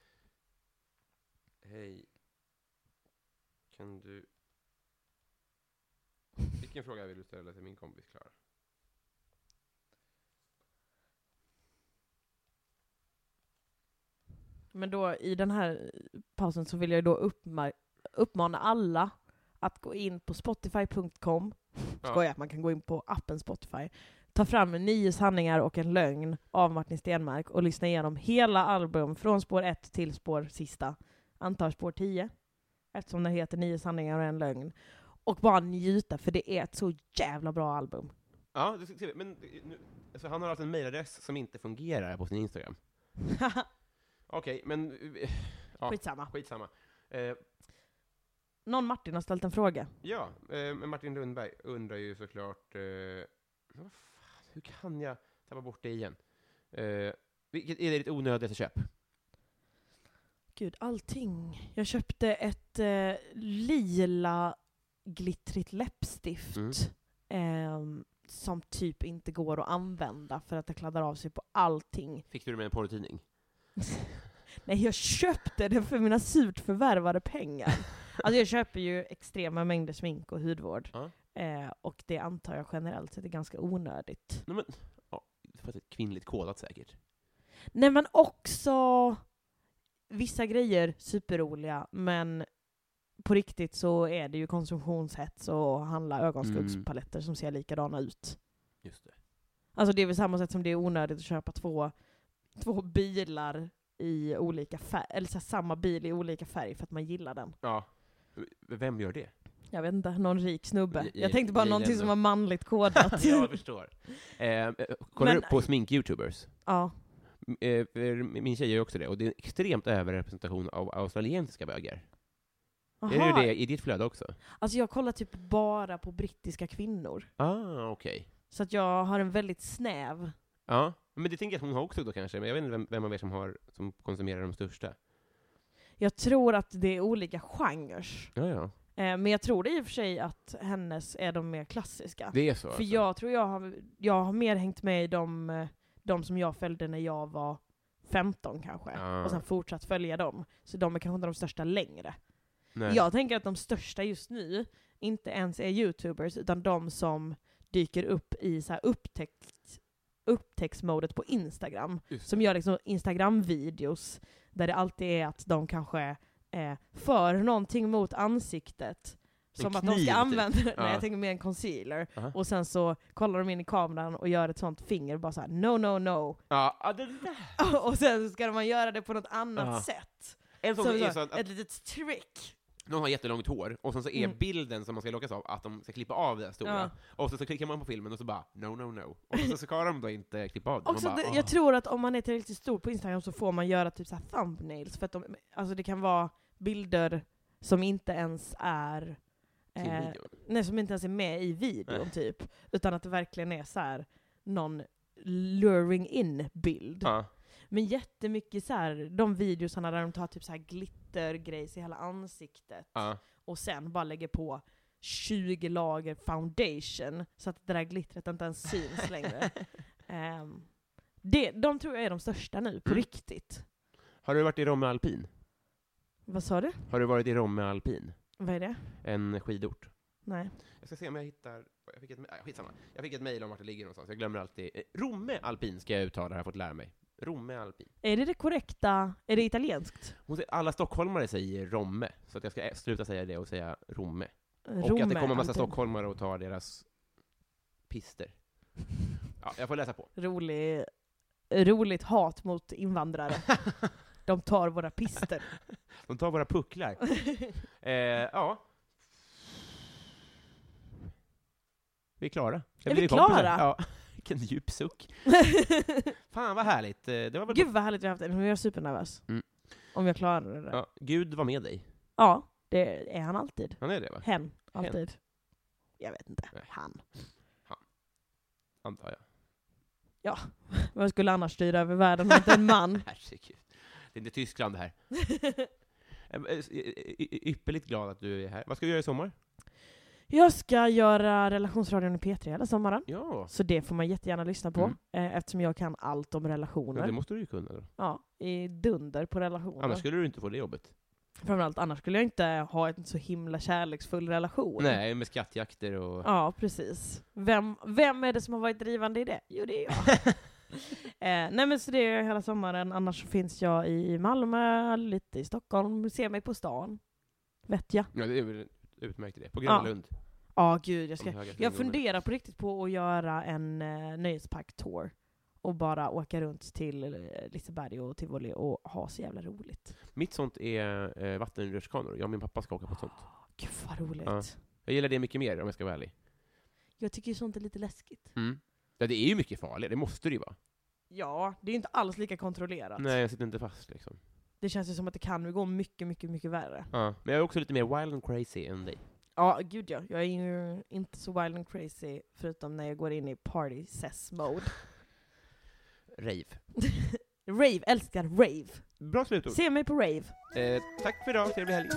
Hej. Kan du... Vilken fråga vill du ställa till min kompis Klara? Men då i den här pausen så vill jag då uppma- uppmana alla att gå in på spotify punkt com. Ja. Skojar, man kan gå in på appen Spotify. Ta fram nio sanningar och en lögn av Martin Stenmark och lyssna igenom hela album från spår ett till spår sista. Antar spår tio. Eftersom det heter nio sanningar och en lögn. Och bara njuta, för det är ett så jävla bra album. Ja, det ska se. Men nu, alltså, han har alltså en mailadress som inte fungerar på sin Instagram. Okej, okay, men... Ja, Skitsamma. skitsamma. Eh, Någon Martin har ställt en fråga. ja, eh, men Martin Lundberg undrar ju såklart... Eh, vad fan, hur kan jag tappa bort det igen? Eh, vilket är det ditt onödigaste köp? Gud, allting. Jag köpte ett eh, lila glittrigt läppstift. Mm. Eh, som typ inte går att använda för att det kladdar av sig på allting. Fick du det med en porrtidning? Nej, jag köpte det för mina surt förvärvade pengar. Alltså jag köper ju extrema mängder smink och hudvård. Ja. Eh, och det antar jag generellt sett är ganska onödigt. Nej, men, ja, för att det är kvinnligt kodat säkert. Nej, men också vissa grejer superroliga, men på riktigt så är det ju konsumtionshets och handla ögonskuggspaletter mm. som ser likadana ut. Just det. Alltså det är väl samma sätt som det är onödigt att köpa två, två bilar i olika färg, eller så här, samma bil i olika färg för att man gillar den. Ja. Vem gör det? Jag vet inte, någon rik snubbe. I, jag tänkte bara i, någonting i som var manligt kodat. Jag förstår. Eh, kollar Men, du på smink-youtubers? Ja. Eh, min tjej gör också det, och det är en extremt överrepresentation av australiensiska bögar. Aha. Är det det i ditt flöde också? Alltså jag kollar typ bara på brittiska kvinnor. Ah, okej. Okay. Så att jag har en väldigt snäv. Ja, men det tänker jag att hon har också då kanske, men jag vet inte vem, vem av er som, har, som konsumerar de största. Jag tror att det är olika genrer. Ja, ja. Eh, men jag tror det i och för sig att hennes är de mer klassiska. Det är så? För alltså. jag tror jag har, jag har mer hängt med i de, de som jag följde när jag var femton kanske. Ja. Och sen fortsatt följa dem. Så de är kanske inte de största längre. Nej. Jag tänker att de största just nu inte ens är YouTubers, utan de som dyker upp i så här upptäckt, upptäcktsmodet på Instagram. Som gör liksom Instagram-videos där det alltid är att de kanske eh, för någonting mot ansiktet. En som kniv, att de ska använda, typ. Nej, ja. jag tänker mer en concealer. Uh-huh. Och sen så kollar de in i kameran och gör ett sånt finger, bara så här: no, no, no. Ja, det där. Och sen så ska man göra det på något annat uh-huh. sätt. En sån så, är så, så att, ett litet trick. Någon har jättelångt hår, och sen så är Mm. bilden som man ska lockas av att de ska klippa av det stora. Ja. Och så, så klickar man på filmen och så bara, no, no, no. Och så, så ska de då inte klippa av det. Också bara, det, åh. jag tror att om man är tillräckligt stor på Instagram så får man göra typ så här thumbnails. För att de, alltså det kan vara bilder som inte ens är Till eh, videon. nej, som inte ens är med i videon Nej. typ. Utan att det verkligen är så här någon luring in bild. Ja. Men jättemycket så här, de videosarna där de tar typ så här glittergrejs i hela ansiktet. Ja. Och sen bara lägger på tjugo lager foundation så att det där glittret inte ens syns längre. um, det, de tror jag är de största nu, på Mm. riktigt. Har du varit i Romme Alpin? Vad sa du? Har du varit i Romme Alpin? Vad är det? En skidort. Nej. Jag ska se om jag hittar... Jag fick ett, äh, skitsamma. Jag fick ett mejl om vart det ligger någonstans. Jag glömmer alltid. Eh, Romme Alpin ska jag uttala, har jag fått lära mig. Romme Alpin. Är det det korrekta? Är det italienskt? Hon säger, alla stockholmare säger Romme. Så att jag ska sluta säga det och säga Romme. Romme, och att det kommer en massa Alpin. stockholmare och tar deras pister. Ja, jag får läsa på. Rolig, roligt hat mot invandrare. De tar våra pister. De tar våra pucklar. eh, ja. Vi är klara. Är vi klara? Ja. Vilken djup suck. Fan vad härligt. Det var väl Gud vad härligt vi har haft det. Nu är jag supernervös. Mm. Om jag klarar det. Ja, Gud var med dig. Ja, det är han alltid. Han är det, va? Hen, alltid. Hen. Jag vet inte. Nej. Han. Antar jag. Ja, vad skulle annars styra över världen om inte en man? Herregud. Det är inte Tyskland det här. Ypperligt glad att du är här. Vad ska du göra i sommar? Jag ska göra relationsradion i P tre hela sommaren. Ja. Så det får man jättegärna lyssna på. Mm. Eh, eftersom jag kan allt om relationer. Men det måste du ju kunna då. Ja, i dunder på relationer. Annars skulle du inte få det jobbet. Framförallt annars skulle jag inte ha en så himla kärleksfull relation. Nej, med skattjakter och... Ja, precis. Vem, vem är det som har varit drivande i det? Jo, det är jag. eh, nej men så det är hela sommaren. Annars så finns jag i Malmö, lite i Stockholm. Ser mig på stan. Vet jag. Ja, det är väl utmärkt det. På Gröna Lund. Ja, gud. Jag, ska, De höga jag flygorna. funderar på riktigt på att göra en eh, nöjespark-tour. Och bara åka runt till eh, Liseberg och Tivoli och ha så jävla roligt. Mitt sånt är eh, vattenrutschkanor. Jag och min pappa ska åka på ett sånt. Gud vad roligt. Ja. Jag gillar det mycket mer om jag ska vara ärlig. Jag tycker ju sånt är lite läskigt. Mm. Ja, det är ju mycket farligt. Det måste det ju vara. Ja, det är ju inte alls lika kontrollerat. Nej, jag sitter inte fast liksom. Det känns ju som att det kan gå mycket, mycket, mycket värre. Ja. Men jag är också lite mer wild and crazy än dig. Ja, gud ja. Jag är ju inte så wild and crazy förutom när jag går in i party cess mode. Rave. Rave, älskar rave. Bra slutord. Se mig på rave. Eh, tack för idag. Trevlig helg.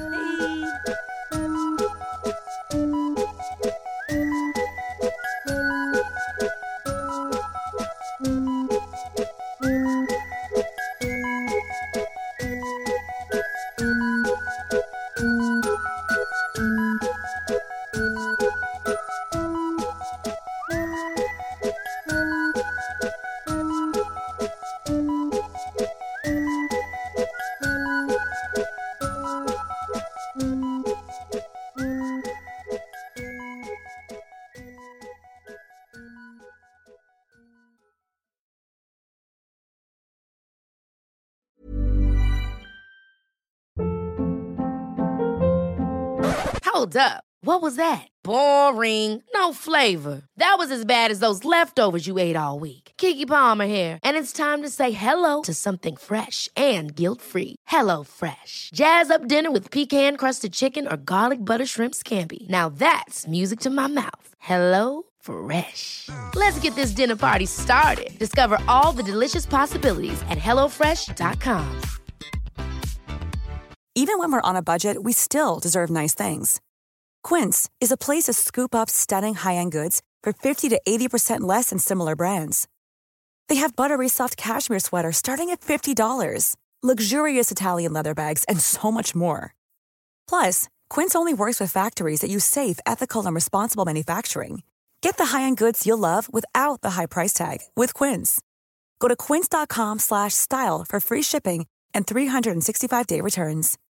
Hold up. What was that? Boring. No flavor. That was as bad as those leftovers you ate all week. Keke Palmer here, and it's time to say hello to something fresh and guilt-free. Hello Fresh. Jazz up dinner with pecan-crusted chicken or garlic butter shrimp scampi. Now that's music to my mouth. Hello Fresh. Let's get this dinner party started. Discover all the delicious possibilities at hello fresh dot com. Even when we're on a budget, we still deserve nice things. Quince is a place to scoop up stunning high-end goods for fifty to eighty percent less than similar brands. They have buttery soft cashmere sweaters starting at fifty dollars, luxurious Italian leather bags, and so much more. Plus, Quince only works with factories that use safe, ethical, and responsible manufacturing. Get the high-end goods you'll love without the high price tag with Quince. Go to quince dot com slash style for free shipping and three hundred sixty-five day returns.